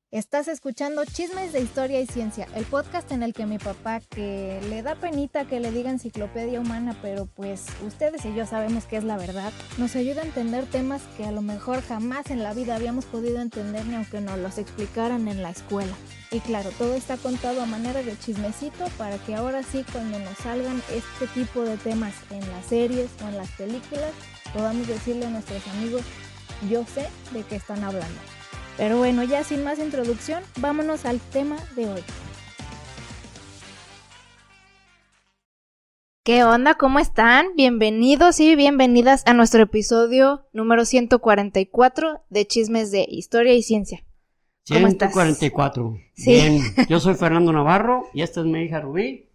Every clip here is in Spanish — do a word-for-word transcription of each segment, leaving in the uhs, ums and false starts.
Estás escuchando Chismes de Historia y Ciencia, el podcast en el que mi papá, que le da penita que le diga enciclopedia humana, pero pues ustedes y yo sabemos que es la verdad, nos ayuda a entender temas que a lo mejor jamás en la vida habíamos podido entender ni aunque nos los explicaran en la escuela. Y claro, todo está contado a manera de chismecito para que ahora sí, cuando nos salgan este tipo de temas en las series o en las películas, podamos decirle a nuestros amigos, yo sé de qué están hablando. Pero bueno, ya sin más introducción, vámonos al tema de hoy. ¿Qué onda? ¿Cómo están? Bienvenidos y bienvenidas a nuestro episodio número ciento cuarenta y cuatro de Chismes de Historia y Ciencia. ¿Cómo ciento cuarenta y cuatro. Estás? Sí. Bien, yo soy Fernando Navarro y esta es mi hija Rubí.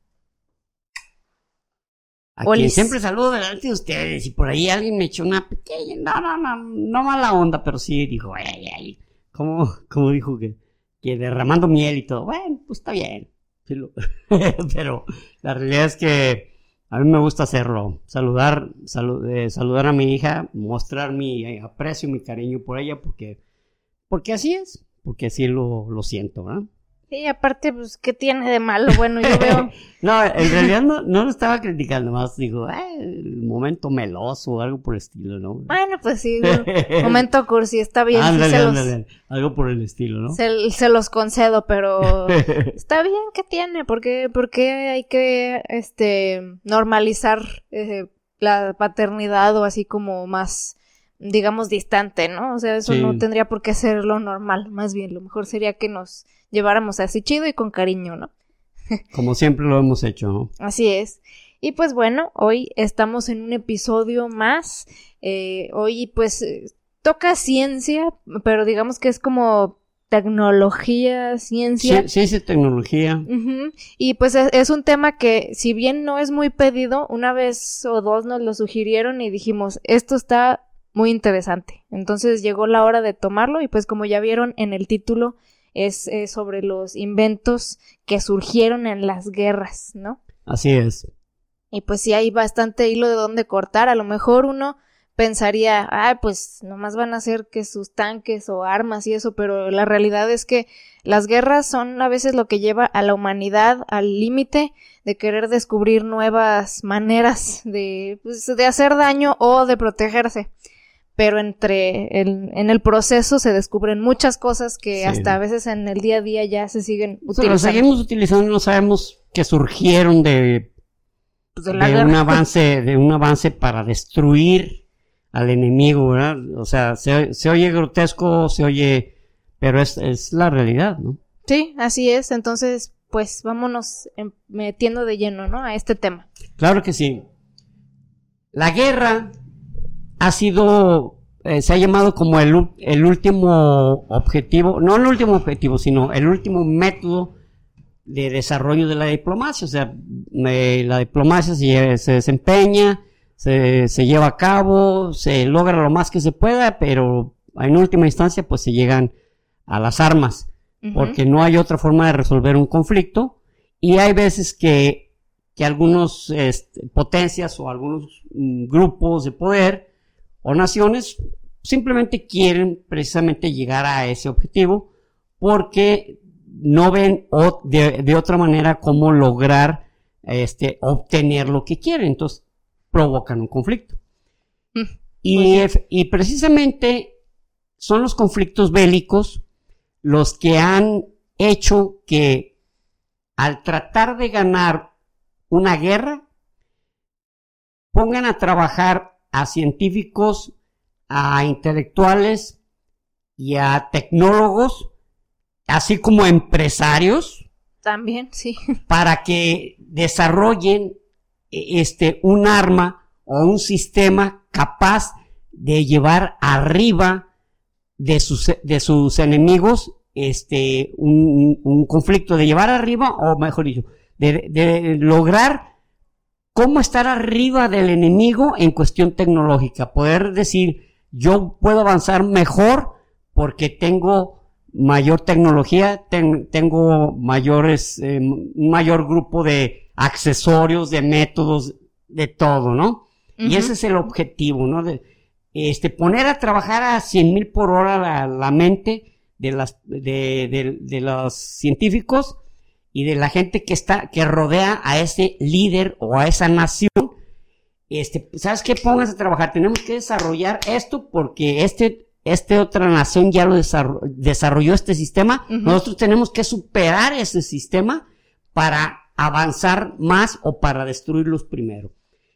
A Olis. quien siempre saludo delante de ustedes, y por ahí alguien me echó una pequeña, no, no, no, no mala onda, pero sí dijo, ay, ay, como, como dijo que, que derramando miel y todo, bueno, pues está bien, sí lo, pero la realidad es que a mí me gusta hacerlo, saludar, salu, eh, saludar a mi hija, mostrar mi eh, aprecio, mi cariño por ella, porque, porque así es, porque así lo, lo siento, ¿verdad? Sí, aparte, pues, ¿qué tiene de malo? Bueno, yo veo... No, en realidad no, no lo estaba criticando, más digo, eh, el momento meloso o algo por el estilo, ¿no? Bueno, pues sí, momento cursi, está bien. Ándale, sí se ándale, los, algo por el estilo, ¿no? se, se los concedo, pero está bien, ¿qué tiene? ¿Por qué, por qué hay que este normalizar eh, la paternidad o así como más, digamos, distante, ¿no? O sea, eso Sí. no tendría por qué ser lo normal, más bien, lo mejor sería que nos lleváramos así chido y con cariño, ¿no? Como siempre lo hemos hecho, ¿no? Así es. Y pues bueno, hoy estamos en un episodio más. Eh, hoy pues eh, toca ciencia, pero digamos que es como tecnología, ciencia. Sí, ciencia y tecnología. Uh-huh. Y pues es, es un tema que, si bien no es muy pedido, una vez o dos nos lo sugirieron y dijimos, esto está muy interesante. Entonces llegó la hora de tomarlo y pues como ya vieron en el título, es eh, sobre los inventos que surgieron en las guerras, ¿no? Así es. Y pues sí hay bastante hilo de dónde cortar. A lo mejor uno pensaría, ah, pues nomás van a hacer que sus tanques o armas y eso, pero la realidad es que las guerras son a veces lo que lleva a la humanidad al límite de querer descubrir nuevas maneras de, pues, de hacer daño o de protegerse. Pero entre el, en el proceso se descubren muchas cosas que Sí. hasta a veces en el día a día ya se siguen O sea, utilizando. lo seguimos utilizando y no sabemos que surgieron de, Pues, de la de guerra. un avance, de un avance para destruir al enemigo, ¿verdad? O sea, se, se oye grotesco, se oye, pero es, es la realidad, ¿no? Sí, así es. Entonces, pues vámonos em- metiendo de lleno, ¿no? A este tema. Claro que sí. La guerra ha sido, eh, se ha llamado como el, u- el último objetivo, no el último objetivo, sino el último método de desarrollo de la diplomacia. O sea, eh, la diplomacia se, se desempeña, se, se lleva a cabo, se logra lo más que se pueda, pero en última instancia pues se llegan a las armas, Ujú. porque no hay otra forma de resolver un conflicto, y hay veces que, que algunos este, potencias o algunos mm, grupos de poder o naciones simplemente quieren precisamente llegar a ese objetivo porque no ven o de, de otra manera cómo lograr este, obtener lo que quieren, entonces provocan un conflicto. Mm, Y, pues sí. ef- y precisamente son los conflictos bélicos los que han hecho que al tratar de ganar una guerra pongan a trabajar a científicos, a intelectuales y a tecnólogos, así como a empresarios, También, sí. para que desarrollen este un arma o un sistema capaz de llevar arriba de sus, de sus enemigos este un, un conflicto, de llevar arriba, o mejor dicho, de, de lograr cómo estar arriba del enemigo en cuestión tecnológica, poder decir, yo puedo avanzar mejor porque tengo mayor tecnología, ten, tengo mayores, eh, un mayor grupo de accesorios, de métodos, de todo, ¿no? Uh-huh. Y ese es el objetivo, ¿no? De, este, poner a trabajar a cien mil por hora la, la mente de las de, de, de los científicos y de la gente que está que rodea a ese líder o a esa nación. Este, ¿sabes qué? Pónganse a trabajar. Tenemos que desarrollar esto porque este este otra nación ya lo desarrolló, desarrolló este sistema. Uh-huh. Nosotros tenemos que superar ese sistema para avanzar más o para destruirlos primero.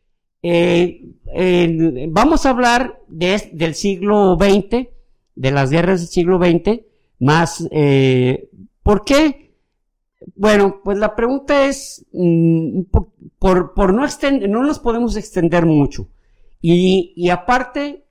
Eh, eh, vamos a hablar de, del siglo veinte, de las guerras del siglo veinte, más, eh, ¿por qué? Bueno, pues la pregunta es, mmm, por, por no extender, no nos podemos extender mucho, y, y aparte,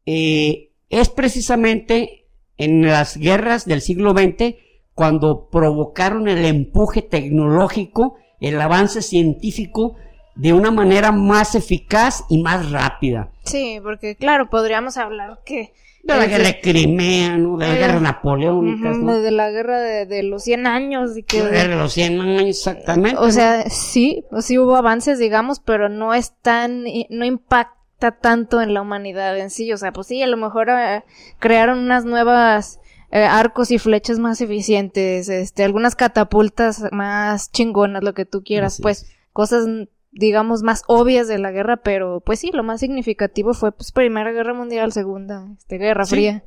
eh, es precisamente en las guerras del siglo veinte cuando provocaron el empuje tecnológico, el avance científico, de una manera más eficaz y más rápida. Sí, porque claro, podríamos hablar que... De la guerra de Crimea, ¿no? De la eh, guerra napoleónica, uh-huh, ¿no? De la guerra de, de los cien años. Y que, la guerra de los cien años, exactamente. O sea, sí, sí hubo avances, digamos, pero no es tan, no impacta tanto en la humanidad en sí. O sea, pues sí, a lo mejor eh, crearon unas nuevas... Eh, arcos y flechas más eficientes, este, algunas catapultas más chingonas, lo que tú quieras, Así pues, es. Cosas... digamos, más obvias de la guerra, pero pues sí, lo más significativo fue pues Primera Guerra Mundial, Segunda, este, Guerra sí, Fría.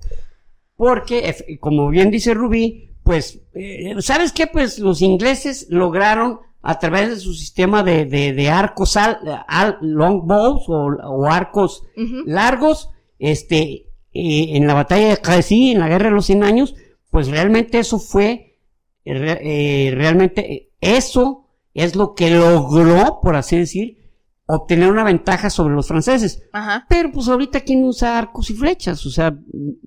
Porque, como bien dice Rubí, pues, eh, ¿sabes qué? Pues los ingleses lograron, a través de su sistema de, de, de arcos al, al, long bows o, o arcos uh-huh. largos, este, eh, en la batalla de Crecy, en la Guerra de los Cien Años, pues realmente eso fue, eh, eh, realmente eso es lo que logró, por así decir, obtener una ventaja sobre los franceses. Ajá. Pero pues ahorita ¿quién usa arcos y flechas? O sea,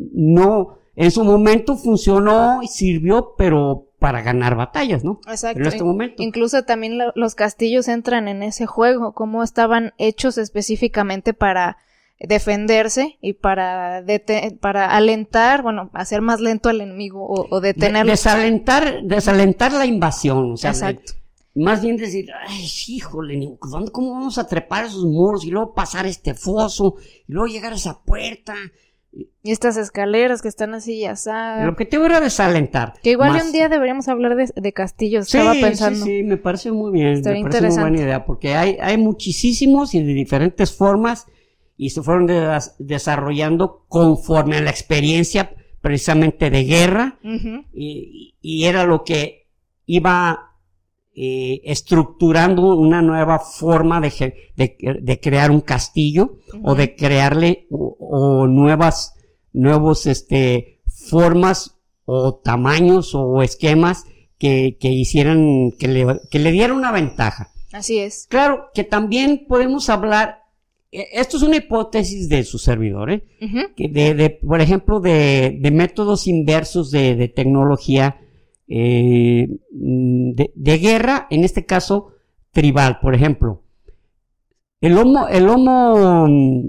no, en su momento funcionó y sirvió, pero para ganar batallas, ¿no? Exacto. Pero en este momento. Incluso también lo, los castillos entran en ese juego, cómo estaban hechos específicamente para defenderse y para dete- para alentar, bueno, hacer más lento al enemigo o, o detenerlo. Desalentar, desalentar la invasión, o sea, exacto. Más bien decir, ay, híjole, ¿cómo vamos a trepar esos muros y luego pasar este foso y luego llegar a esa puerta? Y estas escaleras que están así ya sabes. El objetivo era desalentar. Que igual más... un día deberíamos hablar de, de castillos, sí, estaba pensando. Sí, sí, me parece muy bien, Estaría me parece muy buena idea, porque hay, hay muchísimos y de diferentes formas y se fueron de, desarrollando conforme a la experiencia precisamente de guerra uh-huh. y, y era lo que iba... Eh, estructurando una nueva forma de, de, de crear un castillo uh-huh. o de crearle o, o nuevas nuevos este formas o tamaños o esquemas que, que hicieran que le, que le dieran una ventaja. Así es. Claro que también podemos hablar, esto es una hipótesis de su servidor, ¿eh? Uh-huh. que de, de, por ejemplo, de, de métodos inversos de, de tecnología Eh, de, de guerra, en este caso tribal, por ejemplo el homo el homo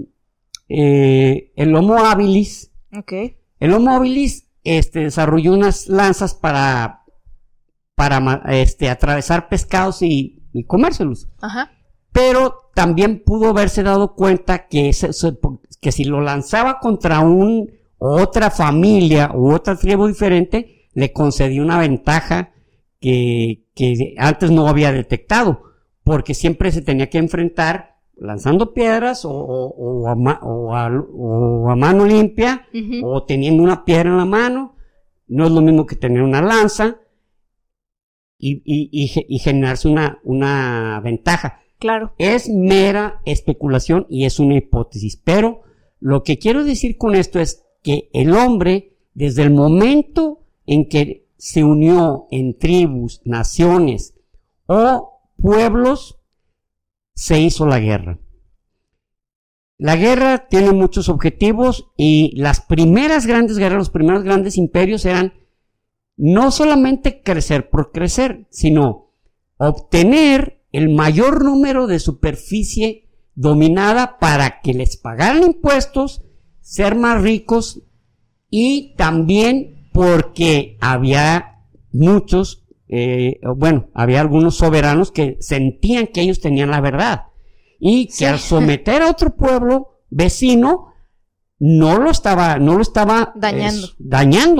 eh, el homo habilis okay. el homo habilis este desarrolló unas lanzas para para este atravesar pescados y, y comérselos. Ajá. Pero también pudo haberse dado cuenta que se, que si lo lanzaba contra un otra familia u otra tribu diferente le concedió una ventaja que, que antes no había detectado, porque siempre se tenía que enfrentar lanzando piedras o, o, o, a, ma, o, a, o a mano limpia uh-huh. o teniendo una piedra en la mano. No es lo mismo que tener una lanza y, y, y, y generarse una, una ventaja. Claro. Es mera especulación y es una hipótesis, pero lo que quiero decir con esto es que el hombre, desde el momento en que se unió en tribus, naciones o pueblos, se hizo la guerra. La guerra tiene muchos objetivos y las primeras grandes guerras, los primeros grandes imperios eran no solamente crecer por crecer, sino obtener el mayor número de superficie dominada para que les pagaran impuestos, ser más ricos y también porque había muchos, eh, bueno, había algunos soberanos que sentían que ellos tenían la verdad y que sí. Al someter a otro pueblo vecino no lo estaba, no lo estaba dañando, eh, dañando,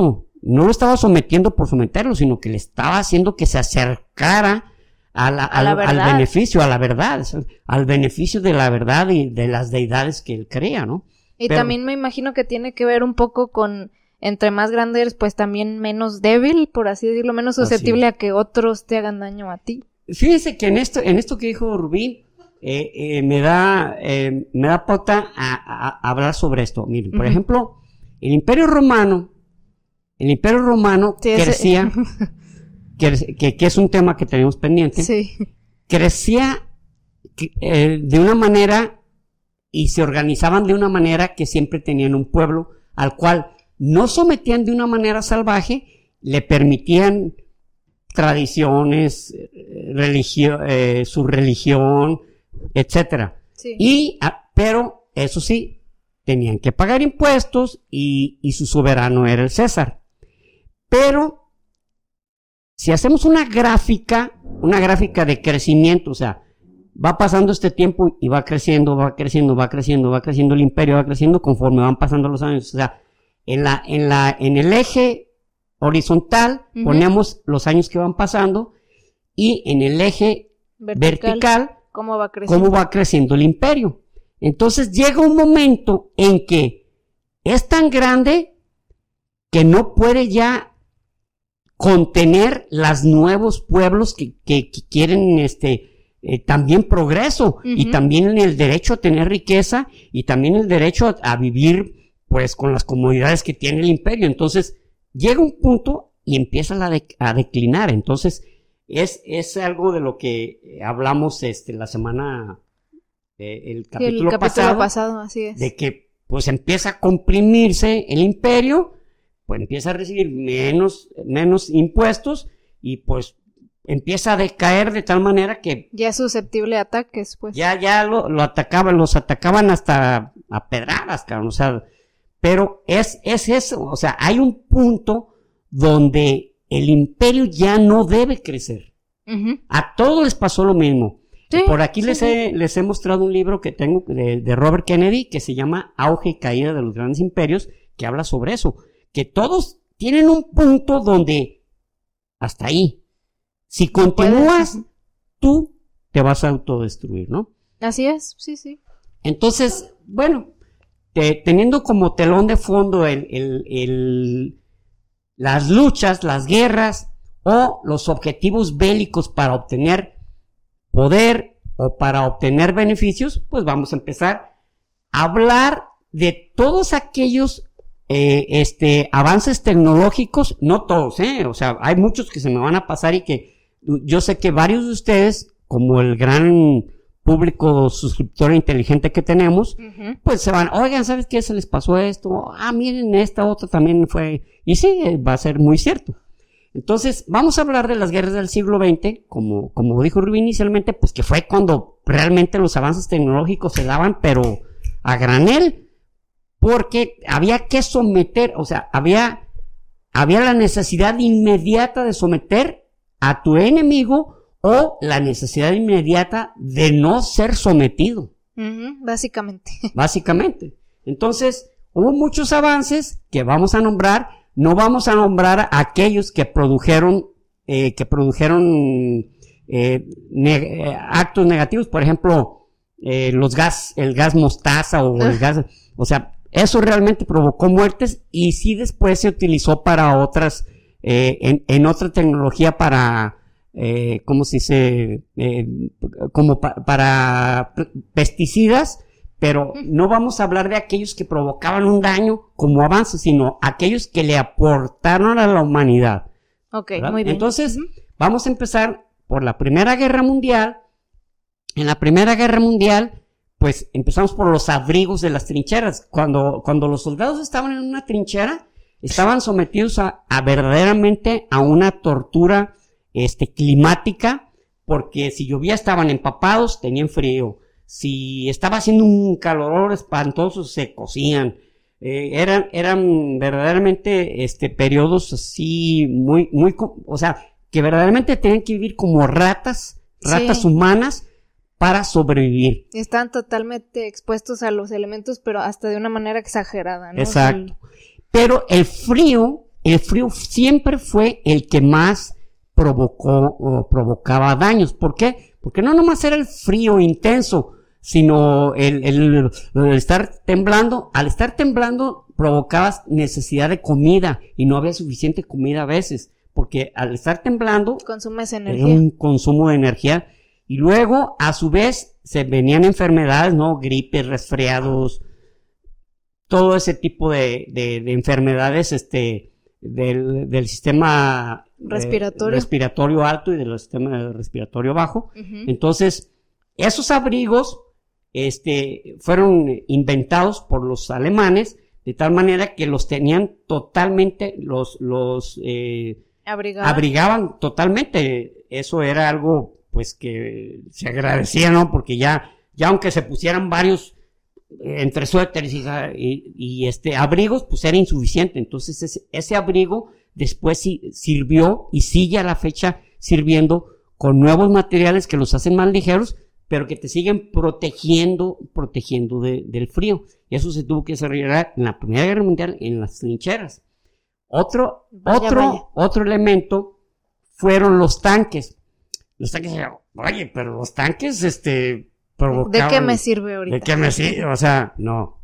no lo estaba sometiendo por someterlo, sino que le estaba haciendo que se acercara a la, a la al, al beneficio, a la verdad, al beneficio de la verdad y de las deidades que él creía, ¿no? Y Pero, también me imagino que tiene que ver un poco con, entre más grande eres, pues también menos débil, por así decirlo, menos susceptible a que otros te hagan daño a ti. Fíjense que en esto, en esto que dijo Rubí, eh, eh, me da, eh, me da pauta a, a, a hablar sobre esto. Miren, por uh-huh. ejemplo, el Imperio Romano, el Imperio Romano sí, crecía, que, que, que es un tema que tenemos pendiente, sí. crecía eh, de una manera y se organizaban de una manera que siempre tenían un pueblo al cual no sometían de una manera salvaje, le permitían tradiciones, religio, eh, su religión, etcétera. Sí. Y, ah, pero, eso sí, tenían que pagar impuestos y, y su soberano era el César. Pero, si hacemos una gráfica, una gráfica de crecimiento, o sea, va pasando este tiempo y va creciendo, va creciendo, va creciendo, va creciendo el imperio, va creciendo conforme van pasando los años. O sea, en la, en la, en el eje horizontal uh-huh. ponemos los años que van pasando y en el eje vertical, vertical ¿cómo va creciendo? cómo va creciendo el imperio. Entonces llega un momento en que es tan grande que no puede ya contener los nuevos pueblos que, que, que quieren este Eh, también progreso uh-huh. y también el derecho a tener riqueza y también el derecho a, a vivir pues con las comodidades que tiene el imperio. Entonces llega un punto y empieza a, de, a declinar. Entonces es, es algo de lo que hablamos este la semana eh, el capítulo, el capítulo pasado, pasado así es. De que pues empieza a comprimirse el imperio, pues empieza a recibir menos, menos impuestos y pues empieza a decaer de tal manera que ya es susceptible a ataques, pues. Ya, ya lo, lo atacaban, los atacaban hasta a pedradas, cabrón, o sea, pero es, es eso, o sea, hay un punto donde el imperio ya no debe crecer. Uh-huh. A todos les pasó lo mismo. Sí, Por aquí sí, les he, sí. les he mostrado un libro que tengo de, de Robert Kennedy que se llama Auge y Caída de los Grandes Imperios, que habla sobre eso, que todos tienen un punto donde hasta ahí. Si continúas, tú te vas a autodestruir, ¿no? Así es, sí, sí. Entonces, bueno, te, teniendo como telón de fondo el, el, el, las luchas, las guerras o los objetivos bélicos para obtener poder o para obtener beneficios, pues vamos a empezar a hablar de todos aquellos eh, este, avances tecnológicos, no todos, ¿eh? O sea, hay muchos que se me van a pasar y que yo sé que varios de ustedes, como el gran público suscriptor inteligente que tenemos, uh-huh. pues se van, oigan, ¿sabes qué? Se les pasó esto, ah, miren, esta otra también fue, y sí, va a ser muy cierto. Entonces, vamos a hablar de las guerras del siglo veinte, como, como dijo Rubí inicialmente, pues que fue cuando realmente los avances tecnológicos se daban, pero a granel, porque había que someter, o sea, había, había la necesidad inmediata de someter a tu enemigo o la necesidad inmediata de no ser sometido. Uh-huh, básicamente. Básicamente. Entonces, hubo muchos avances que vamos a nombrar. No vamos a nombrar a aquellos que produjeron, eh, que produjeron eh, ne- eh, actos negativos. Por ejemplo, eh, los gas, el gas mostaza o el gas, o sea, eso realmente provocó muertes y sí después se utilizó para otras Eh, en, en otra tecnología para, eh, ¿cómo se dice? Eh, como pa, para pesticidas, pero no vamos a hablar de aquellos que provocaban un daño como avance, sino aquellos que le aportaron a la humanidad. Ok, ¿verdad? Muy bien. Entonces, uh-huh. vamos a empezar por la Primera Guerra Mundial. En la Primera Guerra Mundial, pues empezamos por los abrigos de las trincheras. Cuando, cuando los soldados estaban en una trinchera, estaban sometidos a, a verdaderamente a una tortura este, climática, porque si llovía estaban empapados, tenían frío. Si estaba haciendo un calor espantoso, se cocían. Eh, eran, eran verdaderamente este, periodos así muy, muy, o sea, que verdaderamente tenían que vivir como ratas, ratas sí. humanas para sobrevivir. Están totalmente expuestos a los elementos, pero hasta de una manera exagerada, ¿no? Exacto. Pero el frío, el frío siempre fue el que más provocó o provocaba daños. ¿Por qué? Porque no nomás era el frío intenso, sino el, el, el estar temblando. Al estar temblando provocabas necesidad de comida y no había suficiente comida a veces, porque al estar temblando consumes era energía. un consumo de energía. Y luego, a su vez, se venían enfermedades, ¿no? Gripes, resfriados, todo ese tipo de, de, de enfermedades, este, del, del sistema respiratorio. Eh, respiratorio alto y del sistema respiratorio bajo. Uh-huh. Entonces, esos abrigos, este, fueron inventados por los alemanes, de tal manera que los tenían totalmente, los, los, eh, abrigaban. abrigaban totalmente. Eso era algo, pues, que se agradecía, ¿no? Porque ya, ya aunque se pusieran varios eh, entre suéteres y, y, y este abrigos, pues era insuficiente. Entonces ese, ese abrigo después sí sirvió y sigue a la fecha sirviendo con nuevos materiales que los hacen más ligeros, pero que te siguen protegiendo, protegiendo de, del frío. Y eso se tuvo que desarrollar en la Primera Guerra Mundial en las trincheras. Otro, vaya, otro, vaya. otro elemento fueron los tanques. Los tanques, oye, pero los tanques, este, provocaban... ¿De qué me sirve ahorita? ¿De qué me sirve? O sea, no.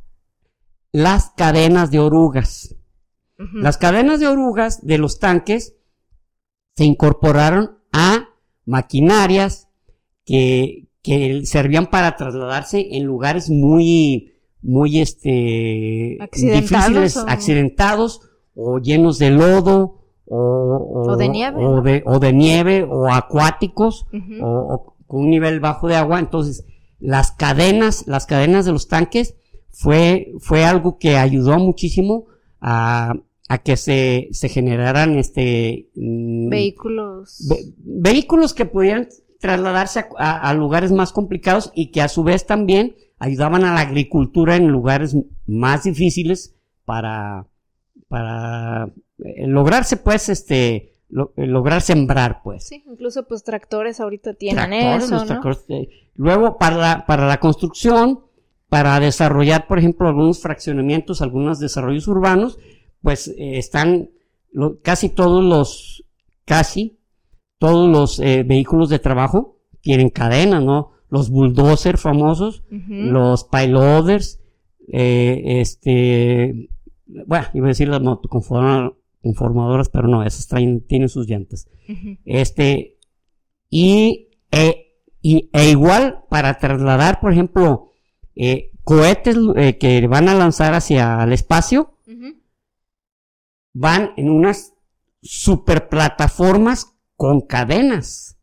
Las cadenas de orugas. Uh-huh. Las cadenas de orugas de los tanques se incorporaron a maquinarias que, que servían para trasladarse en lugares muy, muy, este, difíciles, o... accidentados o llenos de lodo. O, o, o de nieve, o, ¿no? de, o de nieve, o acuáticos, uh-huh. o, o con un nivel bajo de agua. Entonces, las cadenas, las cadenas de los tanques fue, fue algo que ayudó muchísimo a, a que se, se generaran este vehículos, ve, vehículos que pudieran trasladarse a, a, a lugares más complicados y que a su vez también ayudaban a la agricultura en lugares más difíciles para, para lograrse pues este lo, lograr sembrar pues. Sí, incluso pues tractores ahorita tienen tractores, eso, los ¿no? tractores, eh, luego para la, para la construcción, para desarrollar por ejemplo algunos fraccionamientos, algunos desarrollos urbanos, pues eh, están lo, casi todos los casi todos los eh, vehículos de trabajo tienen cadenas, ¿no? Los bulldozer famosos, uh-huh. los payloaders, eh, este, bueno, iba a decir las motoconformadoras, conformadoras, pero no, esas traen, tienen sus llantas. Uh-huh. Este, y, e, y, e igual para trasladar, por ejemplo, eh, cohetes eh, que van a lanzar hacia el espacio, uh-huh. van en unas super plataformas con cadenas.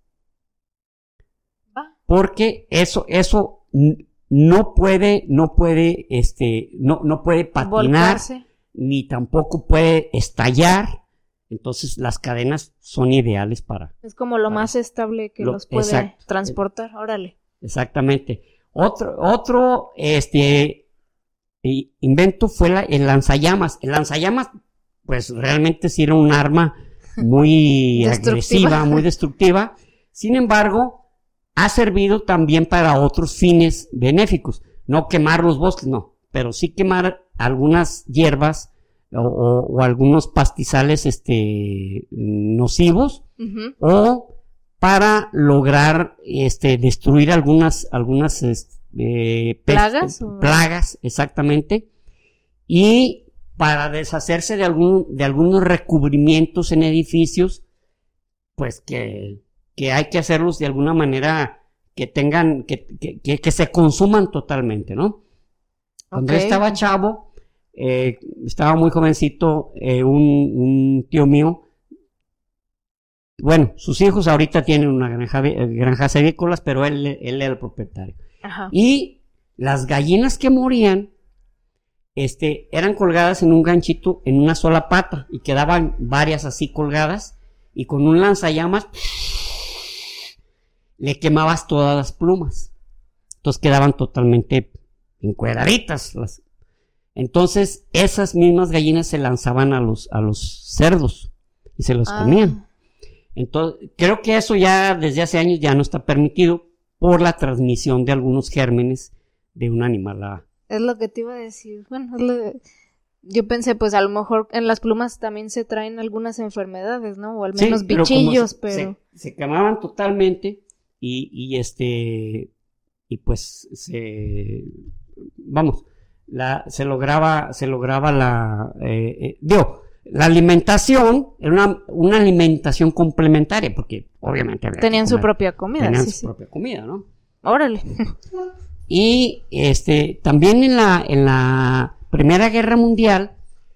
Ah. Porque eso, eso no puede, no puede, este, no, no puede patinar. Volcarse. Ni tampoco puede estallar. Entonces las cadenas son ideales para... Es como lo para, más estable que lo, los puede exact, transportar, órale. Exactamente. Otro, otro, este, invento fue la, el lanzallamas. El lanzallamas, pues realmente sí era un arma muy agresiva, muy destructiva. Sin embargo, ha servido también para otros fines benéficos. No quemar los bosques, no, pero sí quemar algunas hierbas o, o, o algunos pastizales este nocivos, uh-huh. o para lograr este destruir algunas algunas este, plagas, pest- plagas exactamente, y para deshacerse de algún de algunos recubrimientos en edificios, pues que que hay que hacerlos de alguna manera que tengan que que, que, que se consuman totalmente, ¿no? Cuando okay. yo estaba chavo, eh, estaba muy jovencito, eh, un, un tío mío, bueno, sus hijos ahorita tienen una granja, granjas avícolas, pero él, él era el propietario. Ajá. Y las gallinas que morían, este, eran colgadas en un ganchito, en una sola pata, y quedaban varias así colgadas, y con un lanzallamas, le quemabas todas las plumas. Entonces quedaban totalmente encueraditas. Las... Entonces esas mismas gallinas se lanzaban a los, a los cerdos y se los ah. comían. Entonces creo que eso ya desde hace años ya no está permitido por la transmisión de algunos gérmenes de un animal a... Es lo que te iba a decir. Bueno, es lo de... Yo pensé, pues a lo mejor en las plumas también se traen algunas enfermedades, ¿no? O al menos sí, pero bichillos, se, pero... Se, se quemaban totalmente y, y este... Y pues se... Vamos, la, se lograba, se lograba la... Eh, eh, digo, la alimentación era una, una alimentación complementaria, porque obviamente... Tenían su propia comida, Tenían sí, su sí. propia comida, ¿no? Órale. Y este también en la, en la Primera Guerra Mundial,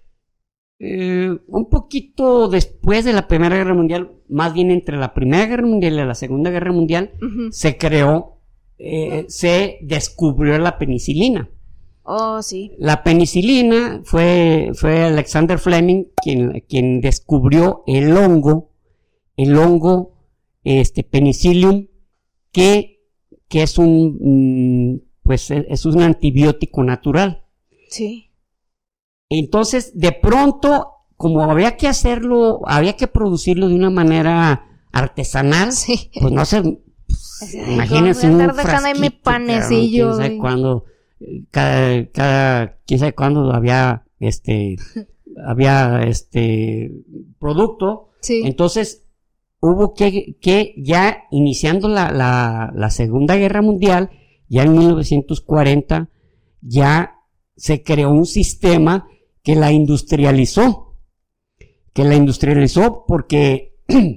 eh, un poquito después de la Primera Guerra Mundial, más bien entre la Primera Guerra Mundial y la Segunda Guerra Mundial, uh-huh. se creó, eh, se descubrió la penicilina. Oh, sí. La penicilina fue, fue Alexander Fleming quien, quien descubrió el hongo, el hongo, este, Penicillium, que que es un, pues es un antibiótico natural. Sí. Entonces, de pronto, como había que hacerlo, había que producirlo de una manera artesanal, sí. pues no sé, pues, imagínense un frasquito, mi panecillo. Quién sabe cuándo, cada, cada, quién sabe cuándo había, este, había, este, producto. Sí. Entonces, hubo que, que ya iniciando la, la, la Segunda Guerra Mundial, ya en mil novecientos cuarenta, ya se creó un sistema que la industrializó, que la industrializó porque,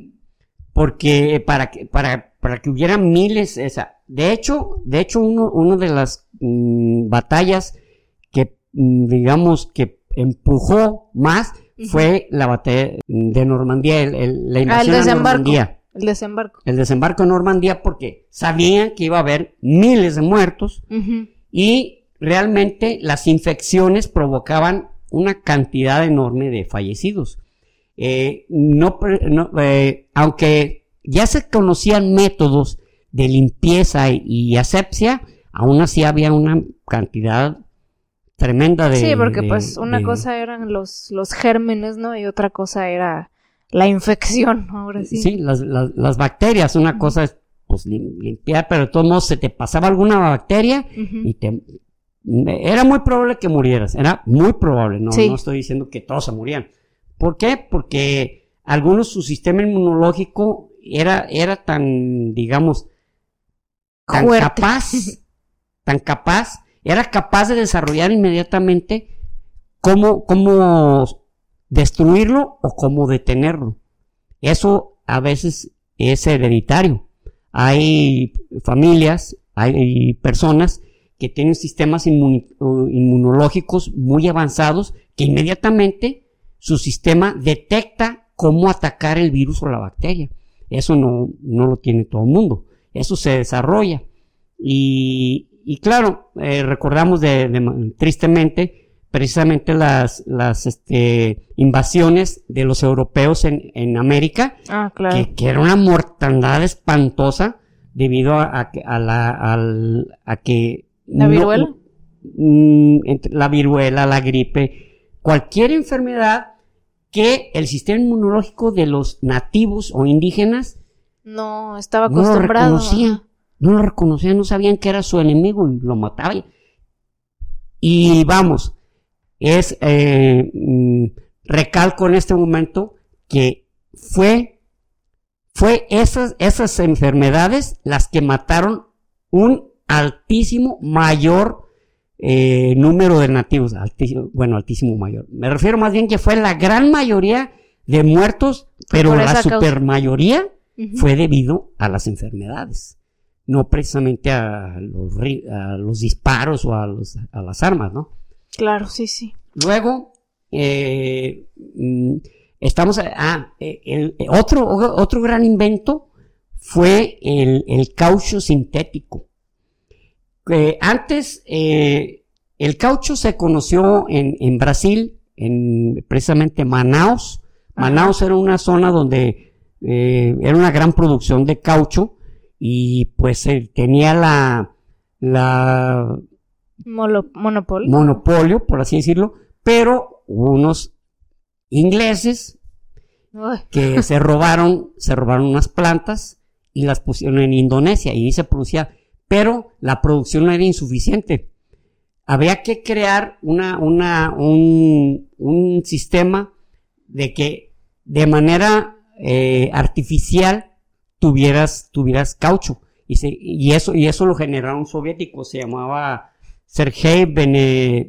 porque para que, para, para que hubiera miles, esa, de hecho, de hecho uno, uno de las mmm, batallas que, mmm, digamos, que empujó más, fue la batalla de Normandía, el, el, la invasión ah, el a Normandía. El desembarco. El desembarco en Normandía porque sabían que iba a haber miles de muertos uh-huh. y realmente las infecciones provocaban una cantidad enorme de fallecidos. Eh, no, no, eh, aunque ya se conocían métodos de limpieza y, y asepsia, aún así había una cantidad tremenda de... Sí, porque de, pues una de, cosa eran los, los gérmenes, ¿no? Y otra cosa era la infección, ahora sí. Sí, las, las, las bacterias, una uh-huh. cosa es pues limpiar, pero de todos modos se te pasaba alguna bacteria uh-huh. y te... Era muy probable que murieras, era muy probable, no, sí. no estoy diciendo que todos se morían. ¿Por qué? Porque algunos su sistema inmunológico era, era tan, digamos, tan Fuerte. capaz, tan capaz, era capaz de desarrollar inmediatamente cómo, cómo destruirlo o cómo detenerlo. Eso a veces es hereditario. Hay familias, hay personas que tienen sistemas inmun- inmunológicos muy avanzados que inmediatamente su sistema detecta cómo atacar el virus o la bacteria. Eso no, no lo tiene todo el mundo. Eso se desarrolla. Y, y claro, eh, recordamos de, de, tristemente, precisamente las, las este, invasiones de los europeos en, en América, ah, claro. que, que era una mortandad espantosa debido a, a, a, la, a, a que... ¿La viruela? No, la viruela, la gripe, cualquier enfermedad que el sistema inmunológico de los nativos o indígenas no estaba acostumbrado. No lo reconocía, no lo reconocía, no sabían que era su enemigo y lo mataba. Y vamos, es eh, recalco en este momento que fue, fue esas, esas enfermedades las que mataron un altísimo mayor eh, número de nativos, altísimo, bueno, altísimo mayor. Me refiero más bien que fue la gran mayoría de muertos, pero la super mayoría uh-huh. fue debido a las enfermedades, no precisamente a los, a los disparos o a, los, a las armas, ¿no? Claro, sí, sí. Luego, eh, estamos, ah, el, el otro, otro gran invento fue el, el caucho sintético. Eh, antes, eh, el caucho se conoció en, en Brasil, en precisamente Manaus. Ajá. Manaus era una zona donde eh, era una gran producción de caucho y pues eh, tenía la, la Molo, monopolio. monopolio, por así decirlo, pero hubo unos ingleses Uy. que se robaron, se robaron unas plantas y las pusieron en Indonesia y ahí se producía. Pero la producción era insuficiente. había que crear una, una, un, un sistema de que de manera eh, artificial tuvieras, tuvieras caucho. Y, se, y eso, y eso lo generaron un soviético, se llamaba Sergei Bene,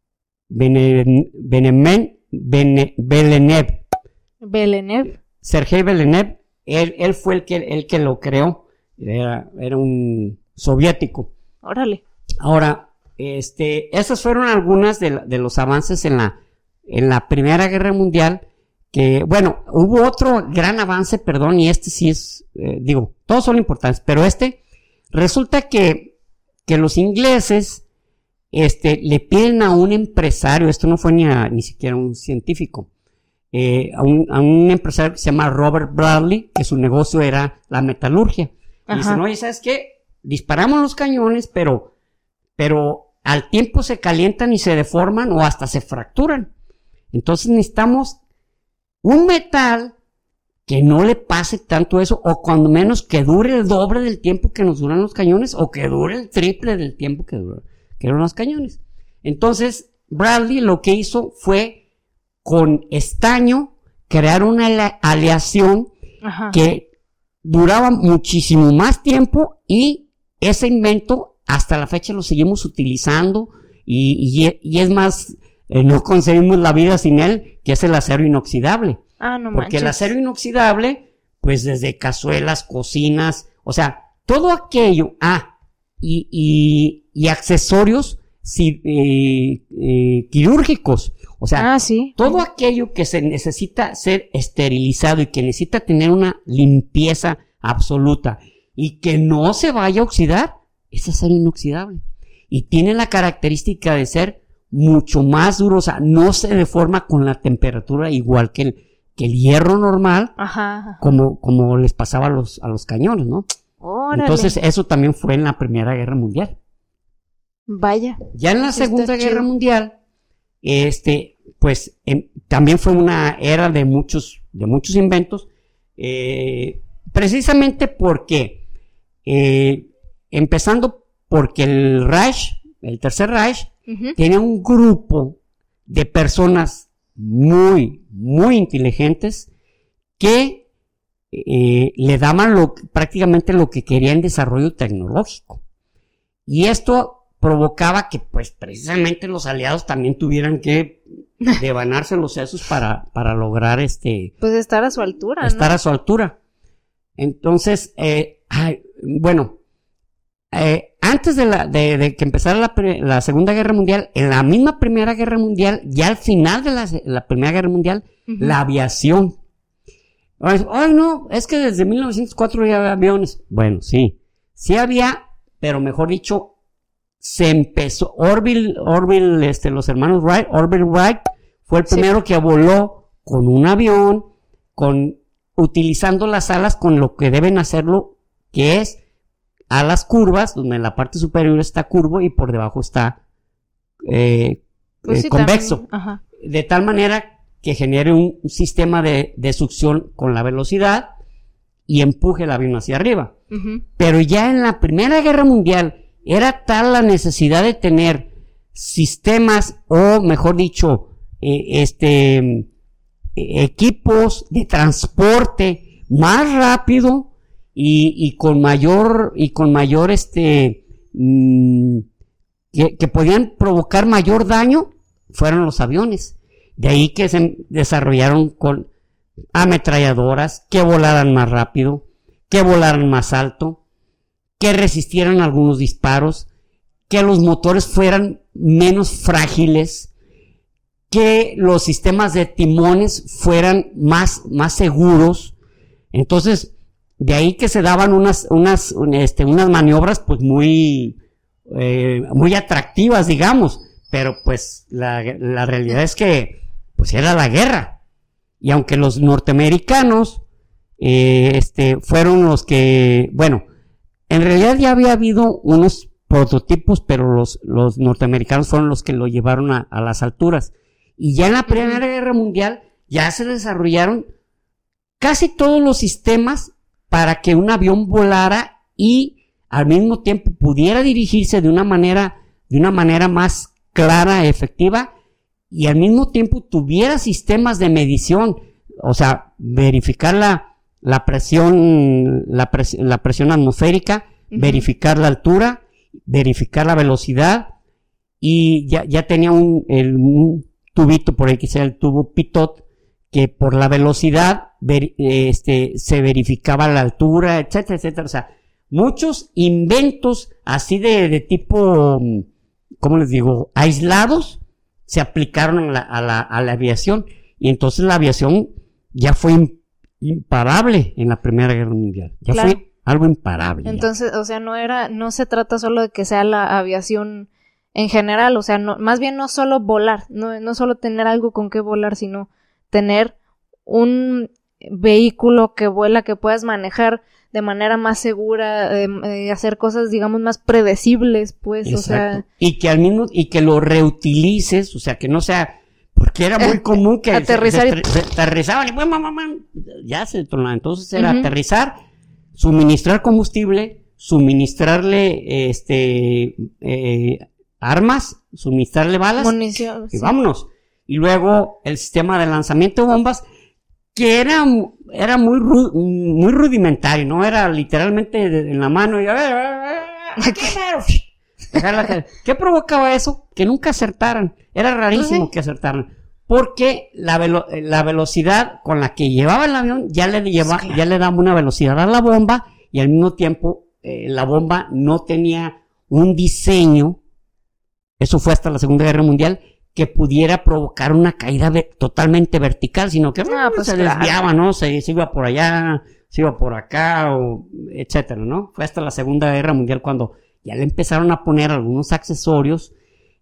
Bene, Benemen, Bene, Belenev. Belenev. Sergei Belenev, él, él fue el que, el que lo creó, era, era un soviético. Órale. Ahora, este, esas fueron algunas de, la, de los avances en la, en la Primera Guerra Mundial, que, bueno, hubo otro gran avance, perdón, y este sí es, eh, digo, todos son importantes, pero este, resulta que, que los ingleses, este, le piden a un empresario, esto no fue ni, a, ni siquiera un científico, eh, a, un, a un empresario que se llama Robert Bradley, que su negocio era la metalurgia. Y dicen, oye, ¿sabes qué? Disparamos los cañones, pero, pero al tiempo se calientan y se deforman o hasta se fracturan. Entonces necesitamos un metal que no le pase tanto eso, o cuando menos que dure el doble del tiempo que nos duran los cañones, o que dure el triple del tiempo que, dura, que duran los cañones. Entonces, Bradley lo que hizo fue, con estaño, crear una aleación Ajá. que duraba muchísimo más tiempo, y ese invento hasta la fecha lo seguimos utilizando, y, y, y es más, eh, no concebimos la vida sin él, que es el acero inoxidable. Ah, no Porque manches. el acero inoxidable, pues desde cazuelas, cocinas, o sea, todo aquello, ah, y, y, y accesorios si, eh, eh, quirúrgicos, o sea, ah, ¿sí? todo aquello que se necesita ser esterilizado y que necesita tener una limpieza absoluta y que no se vaya a oxidar, es acero inoxidable. Y tiene la característica de ser mucho más duro, o sea, no se deforma con la temperatura igual que el, que el hierro normal, ajá, ajá. Como, como les pasaba a los, a los cañones, ¿no? Órale. Entonces, eso también fue en la Primera Guerra Mundial. Vaya. Ya en la Está Segunda chido. Guerra Mundial, este, pues, en, también fue una era de muchos, de muchos inventos, eh, precisamente porque, eh, empezando porque el Reich, el Tercer Reich, uh-huh. tenía un grupo de personas muy, muy inteligentes que eh, le daban lo, prácticamente lo que quería en desarrollo tecnológico. Y esto provocaba que, pues, precisamente los aliados también tuvieran que devanarse los sesos para, para lograr este... Pues estar a su altura, Estar ¿no? a su altura. Entonces, eh, ay, bueno... Eh, antes de, la, de, de que empezara la, la Segunda Guerra Mundial, en la misma Primera Guerra Mundial, ya al final de la, la Primera Guerra Mundial, uh-huh. la aviación. Ay, no, es que desde mil novecientos cuatro ya había aviones. Bueno, sí, sí había, pero mejor dicho, se empezó, Orville, Orville, este, los hermanos Wright, Orville Wright, fue el primero sí. que voló con un avión, con, utilizando las alas con lo que deben hacerlo, que es alas curvas, donde en la parte superior está curvo y por debajo está eh, pues eh, sí, convexo. Ajá. De tal manera que genere un, un sistema de, de succión con la velocidad y empuje el avión hacia arriba. Uh-huh. Pero ya en la Primera Guerra Mundial era tal la necesidad de tener sistemas, o mejor dicho, eh, este eh, equipos de transporte más rápido y, y con mayor y con mayor este mmm, que, que podían provocar mayor daño, fueron los aviones. De ahí que se desarrollaron con ametralladoras que volaran más rápido, que volaran más alto, que resistieran algunos disparos, que los motores fueran menos frágiles, que los sistemas de timones fueran más, más seguros. Entonces, de ahí que se daban unas, unas, este, unas maniobras pues muy, eh, muy atractivas, digamos, pero pues la, la realidad es que pues era la guerra. Y aunque los norteamericanos, eh, este, fueron los que, bueno, en realidad ya había habido unos prototipos, pero los, los norteamericanos fueron los que lo llevaron a, a las alturas. Y ya en la Primera Guerra Mundial ya se desarrollaron casi todos los sistemas para que un avión volara y al mismo tiempo pudiera dirigirse de una manera de una manera más clara, efectiva, y al mismo tiempo tuviera sistemas de medición, o sea, verificar la, la presión, la, pres, la presión atmosférica, uh-huh. verificar la altura, verificar la velocidad, y ya, ya tenía un, el, un tubito por ahí que sea el tubo pitot, que por la velocidad ver, este, se verificaba la altura, etcétera, etcétera. O sea, muchos inventos así de, de tipo, ¿cómo les digo?, aislados, se aplicaron a la, a la, a la aviación, y entonces la aviación ya fue imparable en la Primera Guerra Mundial. Ya claro. fue algo imparable. Entonces, ya. o sea, no era, no se trata solo de que sea la aviación en general, o sea, no, más bien no solo volar, no, no solo tener algo con qué volar, sino tener un vehículo que vuela, que puedas manejar de manera más segura, eh, eh, hacer cosas, digamos, más predecibles, pues, Exacto. o sea. Y que al mismo, y que lo reutilices, o sea, que no sea, porque era muy común que aterrizar se, se, se aterrizaban y bueno, mamá, mamá, ya se tornaba. Entonces era uh-huh. aterrizar, suministrar combustible, suministrarle, este, eh, armas, suministrarle balas. Munición. Y sí. vámonos. Y luego el sistema de lanzamiento de bombas, que era, era muy, ru, muy rudimentario, ¿no? Era literalmente en la mano y a ver, ¿qué, ¿qué provocaba eso? Que nunca acertaran. Era rarísimo ¿Sí? que acertaran. Porque la, velo, la velocidad con la que llevaba el avión ya le, lleva, sí, claro. ya le daba una velocidad a la bomba, y al mismo tiempo eh, la bomba no tenía un diseño, eso fue hasta la Segunda Guerra Mundial, que pudiera provocar una caída ve- totalmente vertical, sino que ah, pues se claro. desviaba, ¿no? Se, se iba por allá, se iba por acá, o etcétera, ¿no? Fue hasta la Segunda Guerra Mundial cuando ya le empezaron a poner algunos accesorios,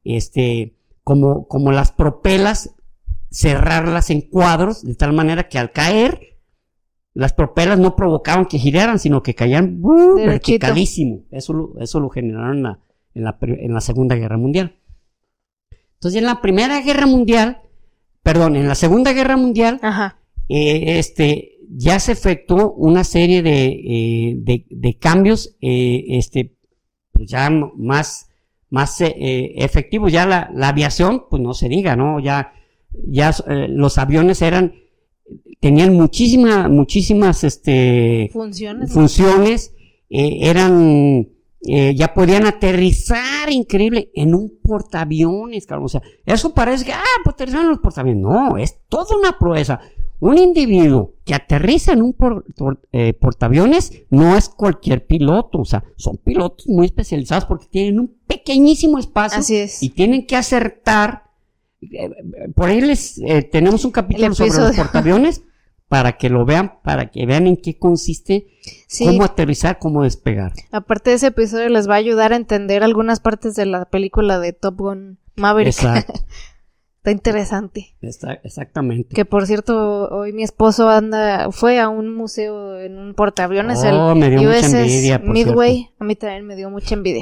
este, como, como las propelas, cerrarlas en cuadros, de tal manera que al caer, las propelas no provocaban que giraran, sino que caían uh, verticalísimo. Eso lo, eso lo generaron en la, en la, en la Segunda Guerra Mundial. Entonces, en la Primera Guerra Mundial, perdón, en la Segunda Guerra Mundial, Ajá. Eh, este, ya se efectuó una serie de, eh, de, de cambios, eh, este, pues ya más, más eh, efectivos. Ya la, la aviación, pues no se diga, ¿no? Ya, ya eh, los aviones eran, tenían muchísimas, muchísimas, este, funciones, funciones, eh, eran, Eh, ya podían aterrizar increíble en un portaaviones, cabrón. O sea, eso parece que, ah, pues aterrizan en los portaaviones. No, es toda una proeza. Un individuo que aterriza en un por, por, eh, portaaviones no es cualquier piloto. O sea, son pilotos muy especializados porque tienen un pequeñísimo espacio. Así es. Y tienen que acertar. Eh, por ahí les eh, tenemos un capítulo sobre los portaaviones para que lo vean, para que vean en qué consiste, sí. cómo aterrizar, cómo despegar. Aparte de ese episodio les va a ayudar a entender algunas partes de la película de Top Gun Maverick. Exacto. Está interesante. Está, exactamente. Que por cierto, hoy mi esposo anda, fue a un museo en un portaaviones, oh, el me dio U S S mucha envidia, por Midway. Cierto. A mí también me dio mucha envidia.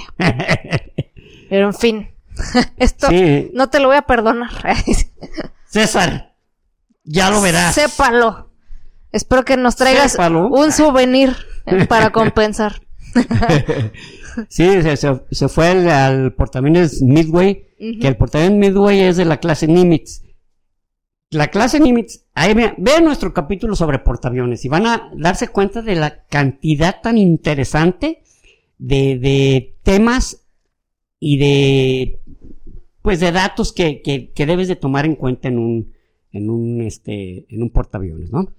Pero en fin, esto sí. no te lo voy a perdonar. César, ya lo verás. Sépalo. Espero que nos traigas Sépalo. un souvenir para compensar. Sí, se, se, se fue al, al portaaviones Midway, uh-huh. que el portaaviones Midway es de la clase Nimitz. La clase Nimitz, ahí vean, vean nuestro capítulo sobre portaaviones y van a darse cuenta de la cantidad tan interesante de, de temas y de, pues, de datos que, que, que debes de tomar en cuenta en un, en un, este, en un portaaviones, ¿no?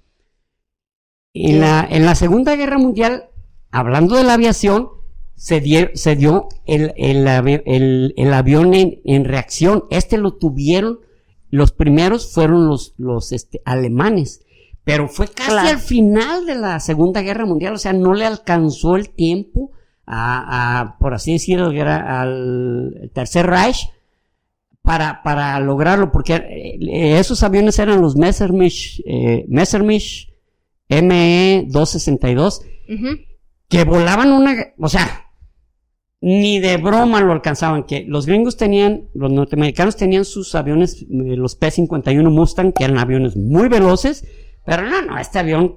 En la, en la Segunda Guerra Mundial, hablando de la aviación, se dio, se dio el, el, el, el avión en, en reacción. Este lo tuvieron, los primeros fueron los, los este, alemanes, pero fue casi claro. al final de la Segunda Guerra Mundial, o sea, no le alcanzó el tiempo a, a por así decirlo, al Tercer Reich para, para lograrlo, porque esos aviones eran los Messerschmitt, eh, Messerschmitt M E doscientos sesenta y dos, uh-huh. que volaban una, o sea, ni de broma lo alcanzaban, que los gringos tenían, los norteamericanos tenían sus aviones, los P cincuenta y uno Mustang, que eran aviones muy veloces, pero no, no, este avión,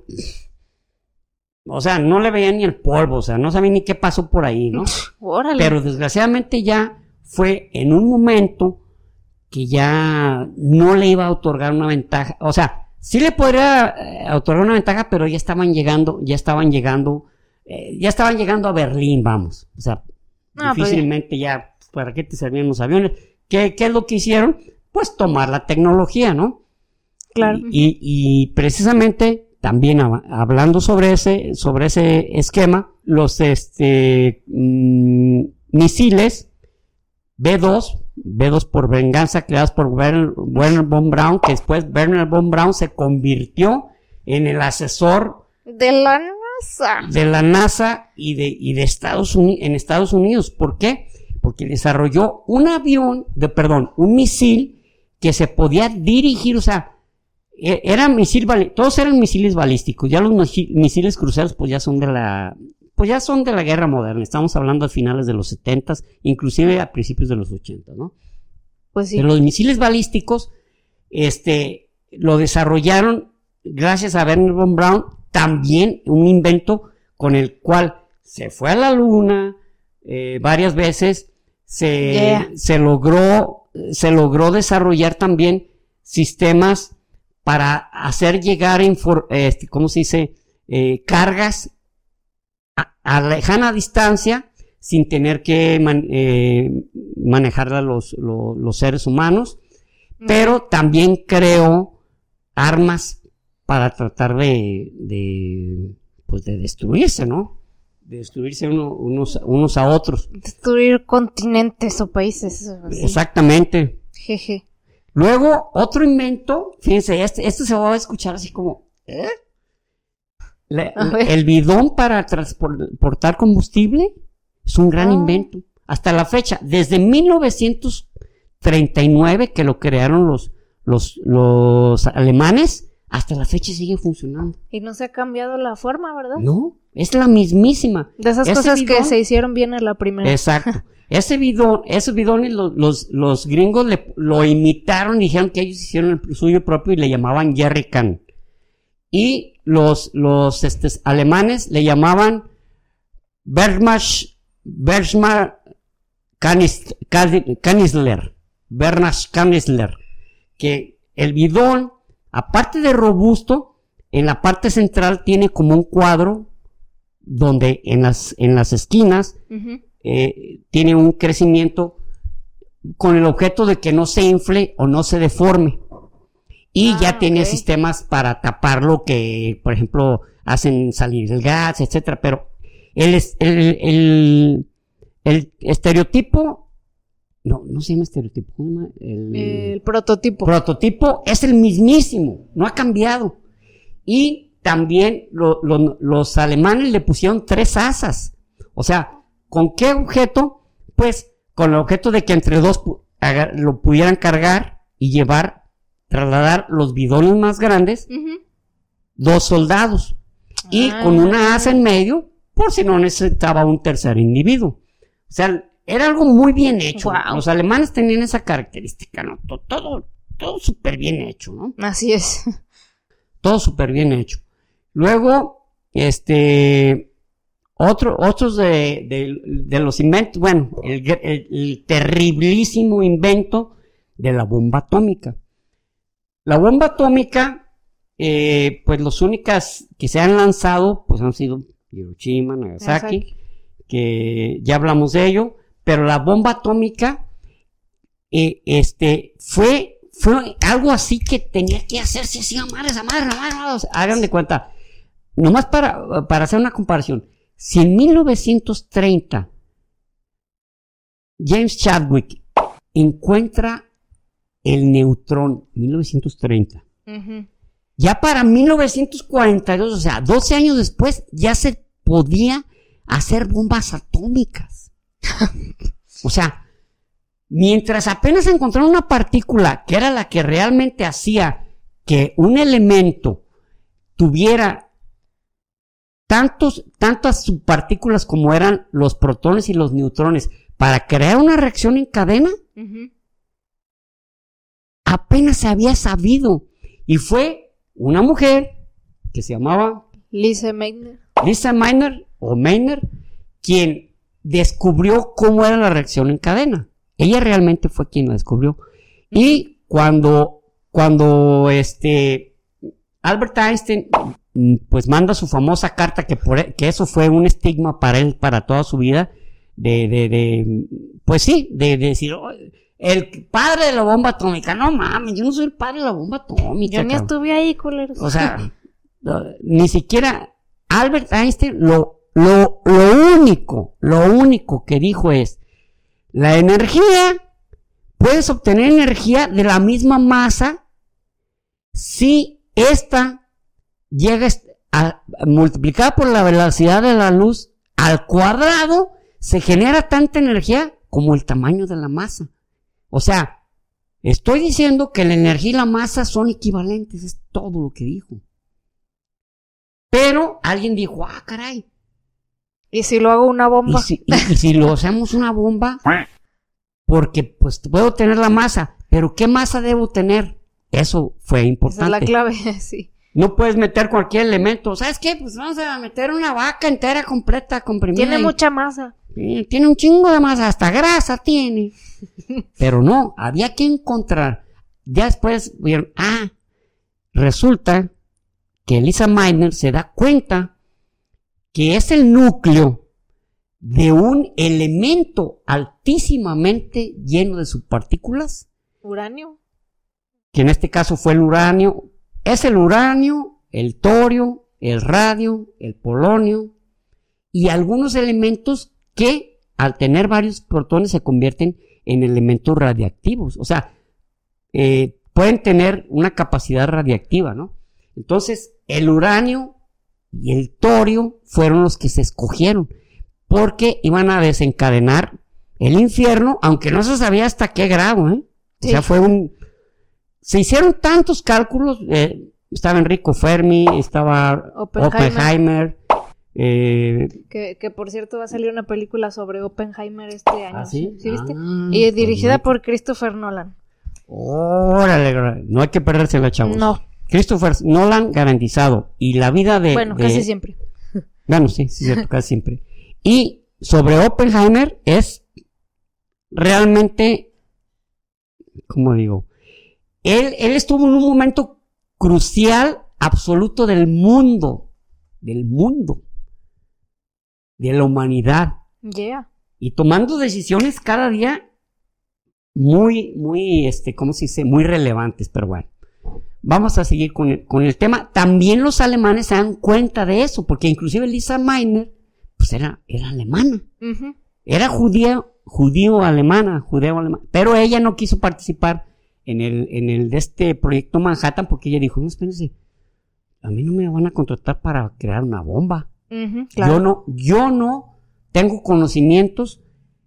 o sea, no le veían ni el polvo, o sea, no sabían ni qué pasó por ahí, ¿no? Órale. Pero desgraciadamente ya fue en un momento que ya no le iba a otorgar una ventaja, o sea, sí le podría eh, otorgar una ventaja, pero ya estaban llegando, ya estaban llegando, eh, ya estaban llegando a Berlín, vamos, o sea, no, difícilmente pues ya, ¿para qué te servían los aviones? ¿Qué, qué es lo que hicieron? Pues tomar la tecnología, ¿no? Claro. Y, y, y precisamente, también hab- hablando sobre ese, sobre ese esquema, los, este, mmm, misiles B dos, B dos por venganza, creadas por Werner, Werner von Braun, que después Werner von Braun se convirtió en el asesor de la NASA, de la NASA y de, y de Estados Unidos, en Estados Unidos. ¿Por qué? Porque desarrolló un avión, de, perdón, un misil que se podía dirigir, o sea, era misil, todos eran misiles balísticos, ya los misiles cruceros pues ya son de la, pues ya son de la guerra moderna, estamos hablando a finales de los setentas, inclusive a principios de los ochentas, ¿no? Pues sí. Pero los misiles balísticos, este, lo desarrollaron gracias a Werner von Braun, también un invento con el cual se fue a la luna eh, varias veces, se, yeah. se logró, se logró desarrollar también sistemas para hacer llegar, infor, este, ¿cómo se dice? Eh, cargas a, a lejana distancia sin tener que man, eh, manejarla los, los, los seres humanos, mm. pero también creó armas para tratar de, de, pues de destruirse, ¿no? De destruirse uno, unos, unos a otros. Destruir continentes o países. Así. Exactamente. Jeje. Luego, otro invento, fíjense, este, esto se va a escuchar así como, ¿eh? La, el bidón para transportar combustible es un gran oh. invento. Hasta la fecha, desde mil novecientos treinta y nueve que lo crearon los, los, los alemanes, hasta la fecha sigue funcionando. Y no se ha cambiado la forma, ¿verdad? No, es la mismísima. De esas Ese cosas bidón, que se hicieron bien en la primera. Exacto. Ese bidón, esos bidones los, los, los gringos le, lo imitaron y dijeron que ellos hicieron el suyo propio y le llamaban jerrycan. Y los, los este, alemanes le llamaban Bermasch, Bermasch Kanisler, Bermasch Kanisler, que el bidón, aparte de robusto, en la parte central tiene como un cuadro donde en las, en las esquinas uh-huh. eh, tiene un crecimiento con el objeto de que no se infle o no se deforme. Y ah, ya tiene okay. sistemas para taparlo que, por ejemplo, hacen salir el gas, etcétera. Pero el, el, el, el estereotipo, no, no se llama estereotipo, ¿cómo se llama? El, el prototipo. Prototipo es el mismísimo, no ha cambiado. Y también lo, lo, los alemanes le pusieron tres asas. O sea, ¿con qué objeto? Pues con el objeto de que entre dos pu- haga, lo pudieran cargar y llevar, trasladar los bidones más grandes, uh-huh. dos soldados. Y ah. con una asa en medio, por si no necesitaba un tercer individuo. O sea, era algo muy bien hecho. Wow. Los alemanes tenían esa característica, ¿no? Todo, todo, todo súper bien hecho, ¿no? Así es. Todo súper bien hecho. Luego, este, otro, otros de, de, de los inventos, bueno, el, el, el terriblísimo invento de la bomba atómica. La bomba atómica, eh, pues las únicas que se han lanzado, pues han sido Hiroshima, Nagasaki, Nagasaki, que ya hablamos de ello, pero la bomba atómica, eh, este, fue, fue algo así que tenía que hacerse así, a madres, a madres, a madres, a madres. Hagan de cuenta, nomás para, para hacer una comparación, si en mil novecientos treinta James Chadwick encuentra el neutrón, mil novecientos treinta. Uh-huh. Ya para mil novecientos cuarenta y dos, o sea, doce años después, ya se podía hacer bombas atómicas. O sea, mientras apenas encontraron una partícula que era la que realmente hacía que un elemento tuviera tantos, tantas subpartículas como eran los protones y los neutrones para crear una reacción en cadena, uh-huh. apenas se había sabido, y fue una mujer que se llamaba Lise Meitner, Lise Meitner o Meitner, quien descubrió cómo era la reacción en cadena. Ella realmente fue quien la descubrió. Y cuando, cuando este Albert Einstein pues manda su famosa carta, que por que eso fue un estigma para él para toda su vida, de, de, de pues sí, de, de decir, oh, el padre de la bomba atómica. No mames, yo no soy el padre de la bomba atómica. Yo ni cabrón. estuve ahí, culeros. O sea, no, ni siquiera Albert Einstein lo, lo, lo único, lo único que dijo es, la energía, puedes obtener energía de la misma masa si esta llega a, a multiplicada por la velocidad de la luz al cuadrado, se genera tanta energía como el tamaño de la masa. O sea, estoy diciendo que la energía y la masa son equivalentes, es todo lo que dijo. Pero alguien dijo, ah, caray. ¿Y si lo hago una bomba? ¿Y si, y, y si lo hacemos una bomba? Porque pues puedo tener la masa, pero ¿qué masa debo tener? Eso fue importante. Esa es la clave, sí. No puedes meter cualquier elemento. ¿Sabes qué? Pues vamos a meter una vaca entera completa, comprimida. Tiene y... mucha masa. Sí, tiene un chingo de masa, hasta grasa tiene. Pero no, había que encontrar. Ya después vieron, ah, resulta que Lisa Meitner se da cuenta que es el núcleo de un elemento altísimamente lleno de subpartículas. ¿Uranio? Que en este caso fue el uranio. Es el uranio, el torio, el radio, el polonio y algunos elementos que al tener varios protones se convierten en elementos radiactivos. O sea, eh, pueden tener una capacidad radiactiva, ¿no? Entonces, el uranio y el torio fueron los que se escogieron porque iban a desencadenar el infierno, aunque no se sabía hasta qué grado, ¿eh? Sí. O sea, fue un... Se hicieron tantos cálculos, eh, estaba Enrico Fermi, estaba Oppenheimer, Oppenheimer eh, que, que por cierto va a salir una película sobre Oppenheimer este año. ¿Ah, sí? ¿Sí viste? Ah, y es dirigida pues, por Christopher Nolan. Órale, no hay que perdérsela, chavos. No. Christopher Nolan garantizado. Y la vida de... Bueno, de, casi siempre. Bueno, sí, sí, cierto, casi siempre. Y sobre Oppenheimer es realmente, ¿cómo digo? Él, él estuvo en un momento crucial, absoluto del mundo, del mundo, de la humanidad. Yeah. Y tomando decisiones cada día muy, muy, este, ¿cómo se dice? Muy relevantes, pero bueno. Vamos a seguir con el, con el tema. También los alemanes se dan cuenta de eso, porque inclusive Lisa Meitner, pues era, era alemana. Uh-huh. Era judía, judío alemana, judeo alemana, pero ella no quiso participar en el, en el de este proyecto Manhattan, porque ella dijo, no, espérense, a mí no me van a contratar para crear una bomba. Uh-huh, claro. Yo no, yo no tengo conocimientos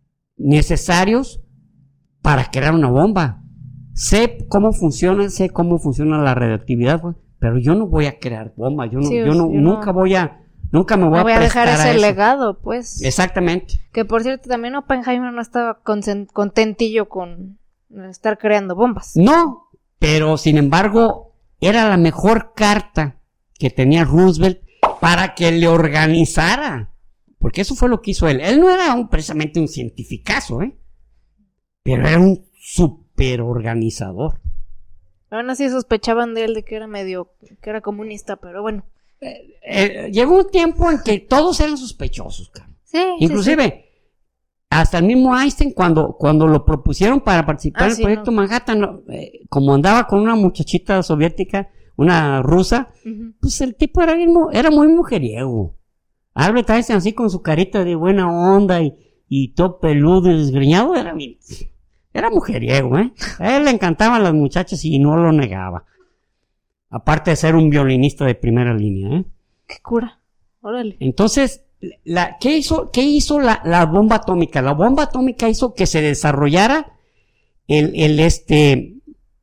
necesarios para crear una bomba. Sé cómo funciona, sé cómo funciona la radioactividad, pero yo no voy a crear bomba, yo no, sí, yo no, yo nunca no, voy a, nunca me voy, no voy a, a dejar ese a legado, pues. Exactamente. Que por cierto, también Oppenheimer no estaba contentillo con estar creando bombas. No, pero sin embargo, era la mejor carta que tenía Roosevelt para que le organizara, porque eso fue lo que hizo él. Él no era un, precisamente un cientificazo, ¿eh? Pero era un super organizador. Aún así sospechaban de él de que era medio, que era comunista, pero bueno. Eh, eh, llegó un tiempo en que todos eran sospechosos, cara. Sí, inclusive, sí, sí. Hasta el mismo Einstein, cuando, cuando lo propusieron para participar ah, en el sí, proyecto no. Manhattan, eh, como andaba con una muchachita soviética, una rusa, uh-huh. pues el tipo era, era muy mujeriego. Albert Einstein así con su carita de buena onda y, y todo peludo y desgreñado, era bien... Era mujeriego, ¿eh? A él le encantaban las muchachas y no lo negaba. Aparte de ser un violinista de primera línea, ¿eh? ¡Qué cura! Órale. Entonces, la, ¿qué hizo, qué hizo la, la bomba atómica? La bomba atómica hizo que se desarrollara el, el este,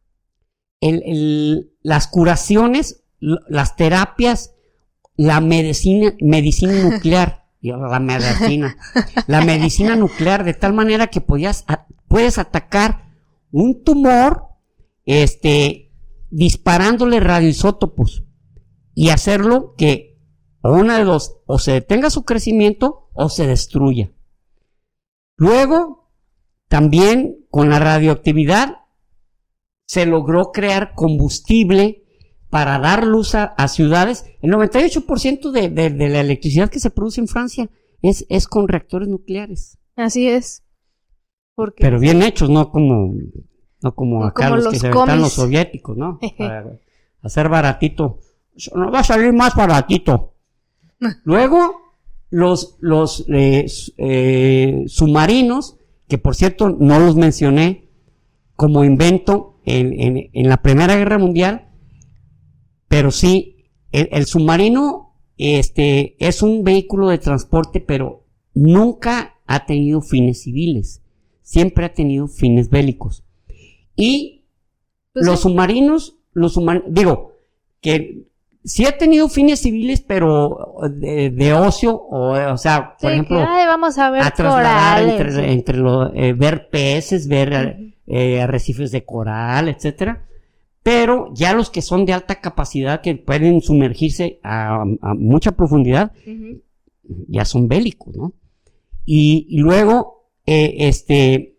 el, el, las curaciones, las terapias, la medicina, medicina nuclear. La medicina, la medicina nuclear, de tal manera que podías, a, puedes atacar un tumor, este, disparándole radioisótopos y hacerlo que una de dos, o se detenga su crecimiento o se destruya. Luego, también con la radioactividad se logró crear combustible para dar luz a, a ciudades. El noventa y ocho por ciento de, de, de la electricidad que se produce en Francia es, es con reactores nucleares. Así es. Porque pero bien hechos, no como, no como acá como los, los que se comis. aventan los soviéticos, ¿no? Para hacer baratito. Nos va a salir más baratito. Luego, los, los eh, eh, submarinos, que por cierto no los mencioné como invento en, en, en la Primera Guerra Mundial, pero sí, el, el submarino este, es un vehículo de transporte, pero nunca ha tenido fines civiles, siempre ha tenido fines bélicos. Y pues los sí. submarinos, los submarinos, digo, que sí ha tenido fines civiles, pero de, de ocio, o, o sea, por sí, ejemplo, que, ay, vamos a ver a trasladar corales, entre, sí. entre lo, eh, ver peces, ver uh-huh. eh, arrecifes de coral, etcétera. Pero ya los que son de alta capacidad, que pueden sumergirse a, a mucha profundidad, uh-huh. ya son bélicos, ¿no? Y, y luego, eh, este,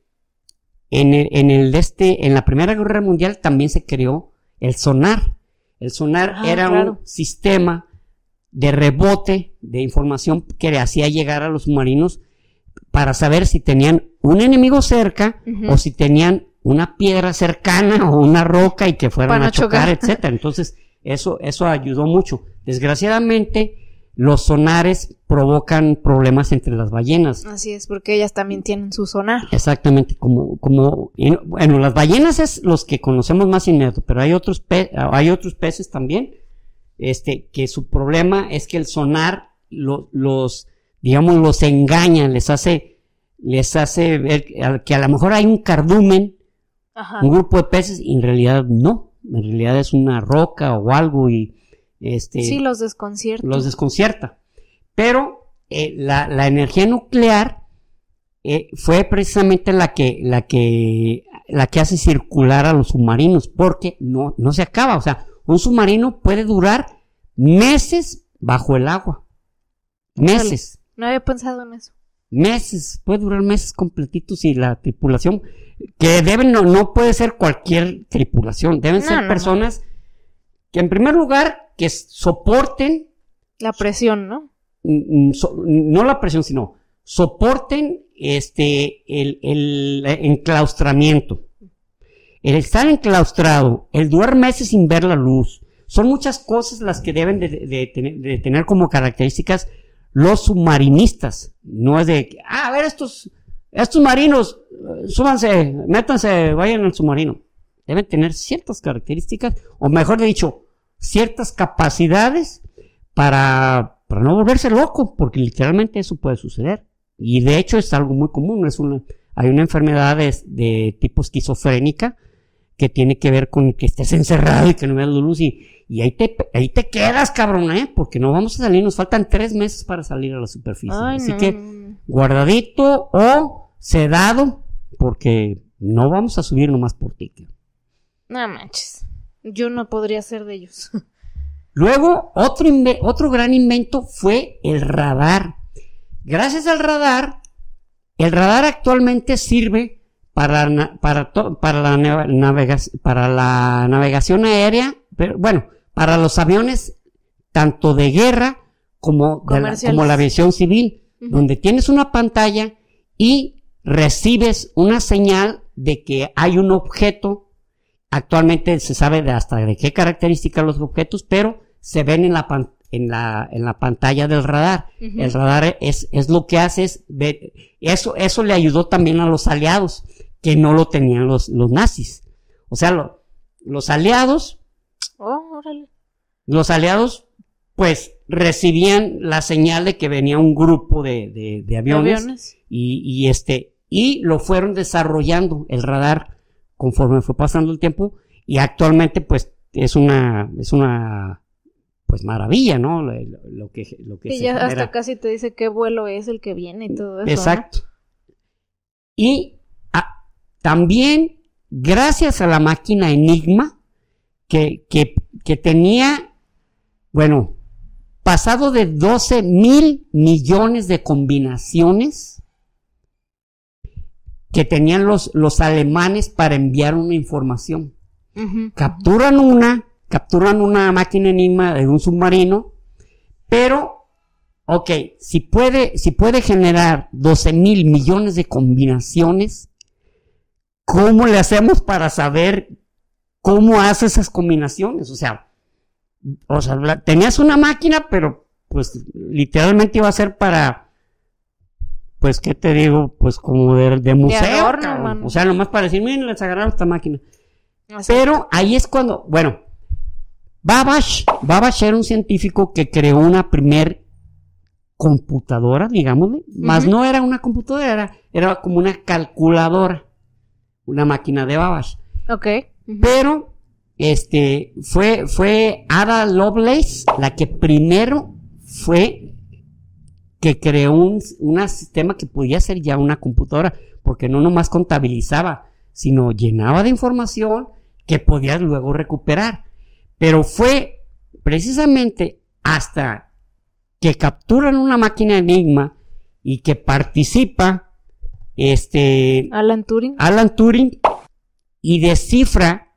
en el, en el este, en la Primera Guerra Mundial también se creó el sonar. El sonar ah, era claro. un sistema de rebote de información que le hacía llegar a los submarinos para saber si tenían un enemigo cerca uh-huh. o si tenían una piedra cercana o una roca y que fueran para a chocar, chocar. etcétera. Entonces, eso, eso ayudó mucho. Desgraciadamente, los sonares provocan problemas entre las ballenas. Así es, porque ellas también tienen su sonar. Exactamente, como, como, bueno, las ballenas es los que conocemos más inmediato, pero hay otros pe- hay otros peces también, este, que su problema es que el sonar lo, los, digamos, los engaña, les hace, les hace ver que a lo mejor hay un cardumen, Ajá. un grupo de peces, y en realidad no, en realidad es una roca o algo y Este, sí, los desconcierta. Los desconcierta. Pero eh, la, la energía nuclear eh, fue precisamente la que, la que, la que hace circular a los submarinos, porque no, no se acaba. O sea, un submarino puede durar meses bajo el agua. Meses. No había pensado en eso. Meses, puede durar meses completitos y la tripulación, que deben, no, no puede ser cualquier tripulación, deben no, ser no, personas no. que en primer lugar que soporten la presión, ¿no? So, no la presión, sino soporten este el, el enclaustramiento. El estar enclaustrado, el durar meses sin ver la luz, son muchas cosas las que deben de, de, de, tener, de tener como características los submarinistas. No es de, ah, a ver, estos, estos marinos, súbanse, métanse, vayan al submarino. Deben tener ciertas características, o mejor dicho, ciertas capacidades para, para no volverse loco, porque literalmente eso puede suceder. Y de hecho es algo muy común, es una, hay una enfermedad de, de tipo esquizofrénica que tiene que ver con que estés encerrado y que no veas la luz y, y ahí te, ahí te quedas, cabrón, ¿eh? Porque no vamos a salir, nos faltan tres meses para salir a la superficie. Ay, Así no. que guardadito o sedado, porque no vamos a subir nomás por ti. No manches. Yo no podría ser de ellos. Luego, otro, inve- otro gran invento fue el radar. Gracias al radar, el radar actualmente sirve para, na- para, to- para, la, navega- para la navegación aérea, pero bueno, para los aviones, tanto de guerra como, de la, como la aviación civil, uh-huh. donde tienes una pantalla y recibes una señal de que hay un objeto. Actualmente se sabe de hasta de qué características los objetos, pero se ven en la pan, en la en la pantalla del radar. Uh-huh. El radar es es lo que hace es ver, eso eso le ayudó también a los aliados que no lo tenían los los nazis. O sea, lo, los aliados oh, órale. Los aliados pues recibían la señal de que venía un grupo de de, de aviones, aviones. Y, y este y lo fueron desarrollando el radar conforme fue pasando el tiempo, y actualmente pues es una es una pues maravilla, ¿no? Lo, lo que lo que y se ya genera. Hasta casi te dice qué vuelo es el que viene y todo eso. Exacto. ¿No? Y a, también gracias a la máquina Enigma que que que tenía, bueno, pasado de doce mil millones de combinaciones, que tenían los, los alemanes para enviar una información. Uh-huh. Capturan una, capturan una máquina enigma de un submarino, pero, ok, si puede, si puede generar doce mil millones de combinaciones, ¿cómo le hacemos para saber cómo hace esas combinaciones? O sea, o sea, la, tenías una máquina, pero pues literalmente iba a ser para, pues, ¿qué te digo? Pues como de, de museo, de adorno, o sea, nomás para decir, miren, les agarraron esta máquina. Exacto. Pero ahí es cuando, bueno, Babbage, Babbage era un científico que creó una primer computadora, digámosle, uh-huh. Más no era una computadora, era, era como una calculadora, una máquina de Babbage. Ok. Uh-huh. Pero, este, fue, fue Ada Lovelace la que primero fue que creó un, un sistema que podía ser ya una computadora, porque no nomás contabilizaba, sino llenaba de información que podías luego recuperar. Pero fue precisamente hasta que capturan una máquina enigma y que participa este Alan Turing, Alan Turing y descifra,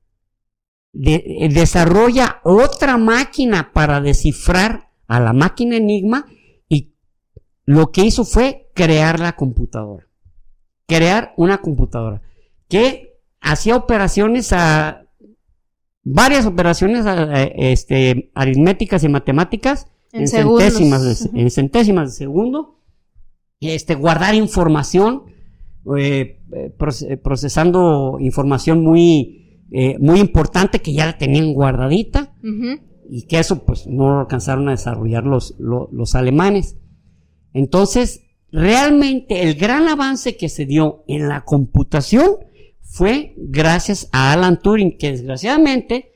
de, desarrolla otra máquina para descifrar a la máquina enigma, y lo que hizo fue crear la computadora, crear una computadora que hacía operaciones a varias operaciones a, este, aritméticas y matemáticas en, en centésimas de, uh-huh. en centésimas de segundo, este, guardar información, eh, procesando información muy, eh, muy importante que ya la tenían guardadita, uh-huh. y que eso pues no alcanzaron a desarrollar los, los, los alemanes. Entonces, realmente el gran avance que se dio en la computación fue gracias a Alan Turing, que desgraciadamente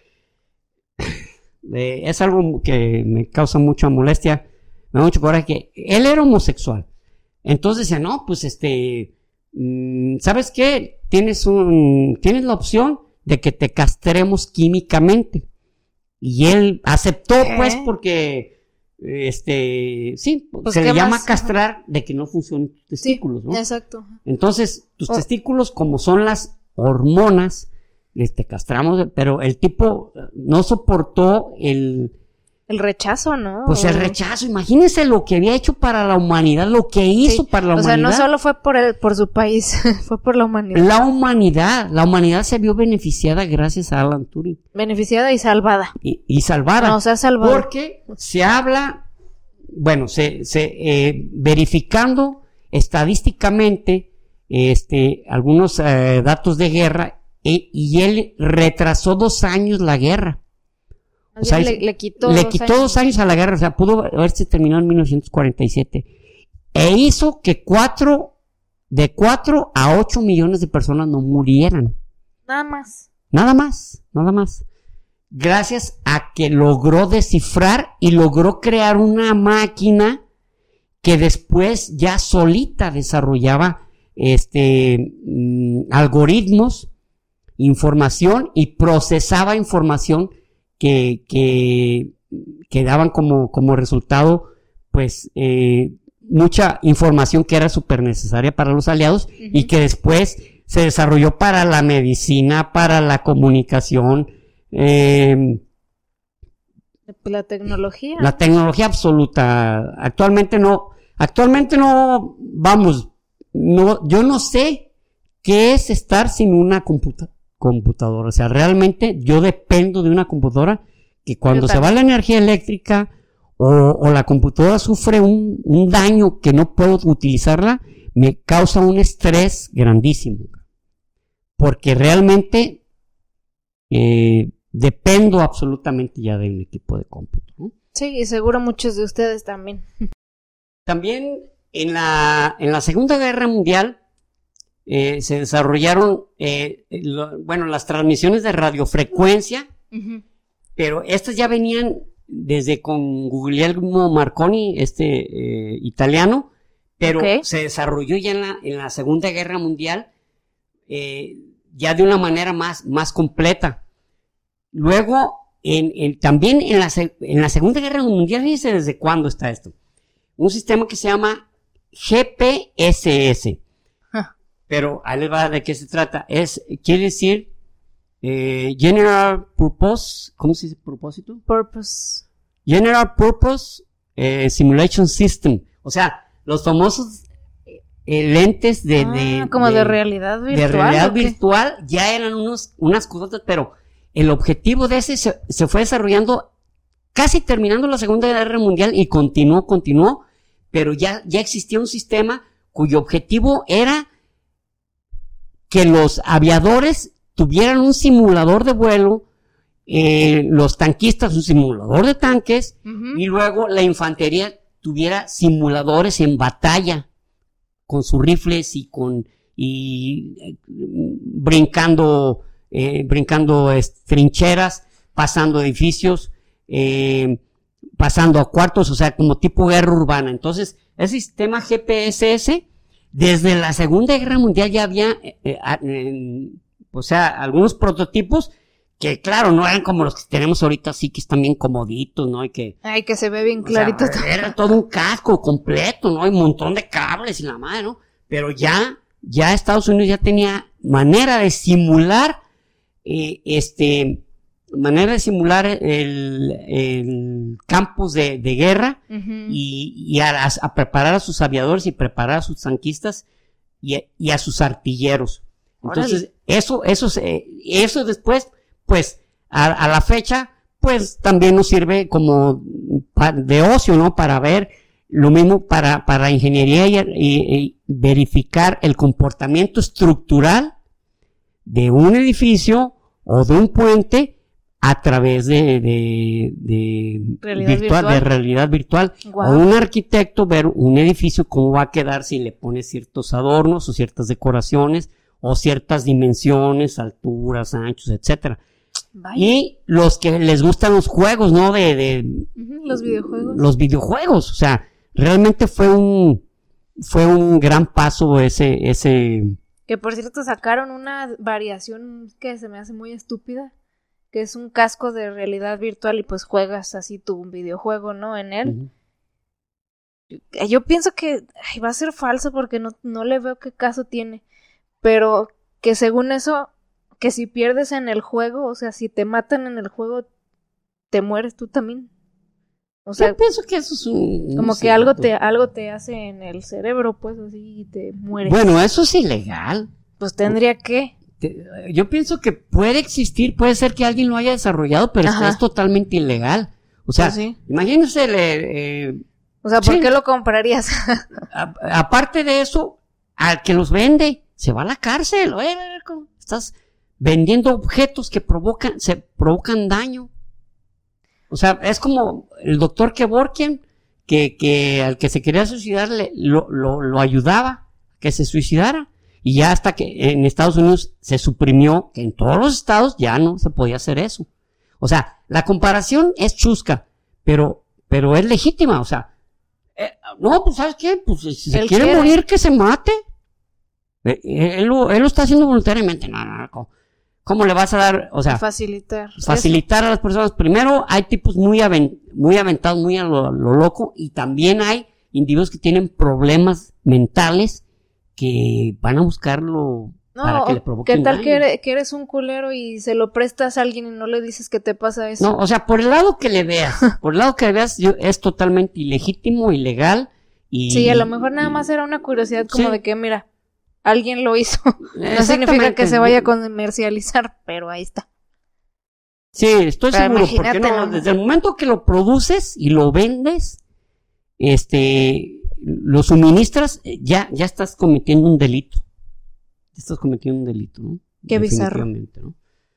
eh, es algo que me causa mucha molestia, me da mucho coraje, que él era homosexual. Entonces decía, no, pues este, mmm, ¿sabes qué? Tienes un, tienes la opción de que te castremos químicamente. Y él aceptó, ¿qué? Pues, porque, este, sí, pues se le llama más? Castrar de que no funcionan tus testículos, sí, ¿no? Exacto. Entonces, tus oh. testículos, como son las hormonas, este, castramos, pero el tipo no soportó el... El rechazo, ¿no? Pues el rechazo, imagínense lo que había hecho para la humanidad, lo que hizo sí. para la o humanidad. O sea, no solo fue por el, por su país, fue por la humanidad. La humanidad, la humanidad se vio beneficiada gracias a Alan Turing. Beneficiada y salvada. Y, y salvada. No, se ha salvado. Porque se habla, bueno, se, se, eh, verificando estadísticamente, este, algunos eh, datos de guerra, eh, y él retrasó dos años la guerra. O sea, le, le quitó, le dos, quitó años. dos años a la guerra, o sea, pudo haberse terminado en mil novecientos cuarenta y siete. E hizo que cuatro, de cuatro a ocho millones de personas no murieran. Nada más. Nada más, nada más. Gracias a que logró descifrar y logró crear una máquina que después ya solita desarrollaba este mmm, algoritmos, información, y procesaba información que, que, que daban como, como resultado, pues, eh, mucha información que era súper necesaria para los aliados, uh-huh. y que después se desarrolló para la medicina, para la comunicación, eh, la tecnología. La tecnología absoluta. Actualmente no, actualmente no, vamos, no, yo no sé qué es estar sin una computadora. computadora, o sea, realmente yo dependo de una computadora, que cuando se va la energía eléctrica o, o la computadora sufre un, un daño que no puedo utilizarla, me causa un estrés grandísimo, porque realmente eh, dependo absolutamente ya de un equipo de cómputo, ¿no? Sí, y seguro muchos de ustedes también. También en la, en la Segunda Guerra Mundial Eh, se desarrollaron, eh, lo, bueno, las transmisiones de radiofrecuencia, uh-huh. pero estas ya venían desde con Guglielmo Marconi, este eh, italiano, pero okay. se desarrolló ya en la, en la Segunda Guerra Mundial, eh, ya de una manera más, más completa. Luego, en, en, también en la, en la Segunda Guerra Mundial, fíjense desde cuándo está esto, un sistema que se llama G P S S. pero ahí les va de qué se trata. Es, quiere decir, eh, General Purpose, ¿cómo se dice propósito? Purpose. General Purpose eh, Simulation System. O sea, los famosos eh, lentes de, Ah, de como de, de realidad virtual. de realidad ¿o qué? virtual ya eran unos, unas cosas, pero el objetivo de ese se, se fue desarrollando casi terminando la Segunda Guerra Mundial y continuó, continuó, pero ya, ya existía un sistema cuyo objetivo era que los aviadores tuvieran un simulador de vuelo, eh, los tanquistas un simulador de tanques, Ujú. y luego la infantería tuviera simuladores en batalla con sus rifles y con y eh, brincando eh, brincando es, trincheras, pasando edificios, eh, pasando a cuartos, o sea, como tipo guerra urbana. Entonces, ese sistema G P S S desde la Segunda Guerra Mundial ya había eh, eh, eh, o sea, algunos prototipos que claro, no eran como los que tenemos ahorita, así que están bien comoditos, ¿no? Y que Ay, que se ve bien o clarito. sea, era todo un casco completo, ¿no? Hay un montón de cables y la madre, ¿no? Pero ya, ya Estados Unidos ya tenía manera de simular, eh, este, manera de simular el, el campus de, de guerra Ujú. y, y a, a preparar a sus aviadores y preparar a sus tanquistas y a, y a sus artilleros. Entonces, Órale. eso, eso, se- eso después, pues, a, a la fecha, pues, también nos sirve como pa- de ocio, ¿no? Para ver lo mismo para, para ingeniería y, y- y verificar el comportamiento estructural de un edificio o de un puente a través de, de, de, Realidad virtual. de realidad virtual. Guau. O un arquitecto ver un edificio cómo va a quedar si le pone ciertos adornos o ciertas decoraciones o ciertas dimensiones, alturas, anchos, etcétera. Vaya. Y los que les gustan los juegos, ¿no? De, de Ujú, los videojuegos. los videojuegos, o sea, realmente fue un fue un gran paso ese ese Que por cierto sacaron una variación que se me hace muy estúpida, que es un casco de realidad virtual y pues juegas así tu videojuego, ¿no? En él. Ujú. Eh, Yo pienso que ay, va a ser falso porque no, no le veo qué caso tiene. Pero que según eso, que si pierdes en el juego, o sea, si te matan en el juego, te mueres tú también. O sea, Yo pienso que eso es un como un que algo cierto. te, algo te hace en el cerebro, pues así, y te mueres. Bueno, eso es ilegal. Pues tendría que. Te- Yo pienso que puede existir, puede ser que alguien lo haya desarrollado, pero Ajá. es totalmente ilegal. O sea, Pues sí. imagínense, le- eh, O sea, ¿por Sí. qué lo comprarías? a- aparte de eso, al que los vende, se va a la cárcel. Oye, ¿cómo? Estás vendiendo objetos que provocan, se provocan daño. O sea, es como el doctor Kevorkian, que, que al que se quería suicidar le, lo, lo, lo ayudaba a que se suicidara. Y ya hasta que en Estados Unidos se suprimió, que en todos los estados ya no se podía hacer eso. O sea, la comparación es chusca, pero, pero es legítima. O sea, eh, no, pues ¿sabes qué? Pues si se Él quiere quiere. morir, que se mate. Eh, eh, Él lo, él lo está haciendo voluntariamente. No, no, no. ¿Cómo, cómo le vas a dar? O sea, Facilitar. facilitar a las personas. Primero, hay tipos muy, aven- muy aventados, muy a lo, lo loco, y también hay individuos que tienen problemas mentales que van a buscarlo No, para que le o provoquen ¿qué tal daño. que eres, que eres un culero y se lo prestas a alguien y no le dices que te pasa eso? No, o sea, por el lado que le veas, por el lado que le veas, yo- es totalmente ilegítimo, ilegal, y... Sí, a lo mejor nada más era una curiosidad como Sí. de que, mira, alguien lo hizo. No significa Exactamente. que se vaya a comercializar, pero ahí está. Sí, estoy Pero seguro, porque imagínate, no, ¿no? desde el momento que lo produces y lo vendes, este, lo suministras, eh, ya, ya estás cometiendo un delito. Ya estás cometiendo un delito, ¿no? Qué bizarro. Definitivamente, ¿no?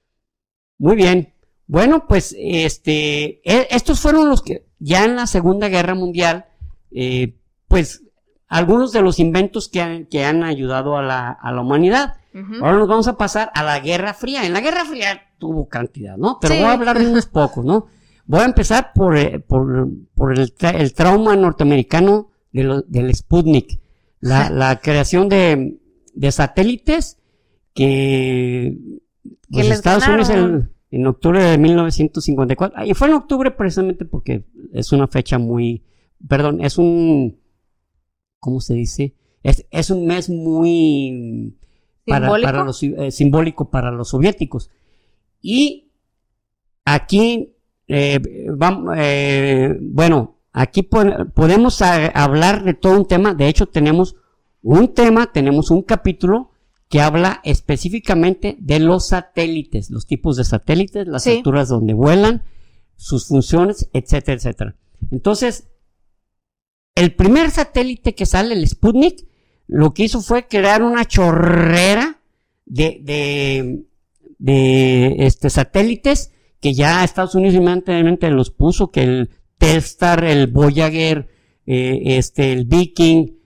Muy bien. Bueno, pues, este, e- estos fueron los que, ya en la Segunda Guerra Mundial, eh, pues, algunos de los inventos que han, que han ayudado a la, a la humanidad. Ujú. Ahora nos vamos a pasar a la Guerra Fría. En la Guerra Fría tuvo cantidad, ¿no? Pero Sí. voy a hablar de unos pocos, ¿no? Voy a empezar por, eh, por, por el, tra- el trauma norteamericano de lo- del Sputnik. La, la creación de, de satélites que, pues, les Estados Unidos ganaron. en, en octubre de mil novecientos cincuenta y cuatro. Y fue en octubre precisamente porque es una fecha muy, perdón, es un, ¿cómo se dice? Es, es un mes muy para, ¿Simbólico? para los, eh, simbólico para los soviéticos. Y aquí, eh, vamos, eh, bueno, aquí po- podemos a- hablar de todo un tema. De hecho, tenemos un tema, tenemos un capítulo que habla específicamente de los satélites, los tipos de satélites, las Sí. alturas donde vuelan, sus funciones, etcétera, etcétera. Entonces, el primer satélite que sale, el Sputnik, lo que hizo fue crear una chorrera de, de, de este, satélites que ya Estados Unidos inmediatamente los puso, que el Telstar, el Voyager, eh, este, el Viking,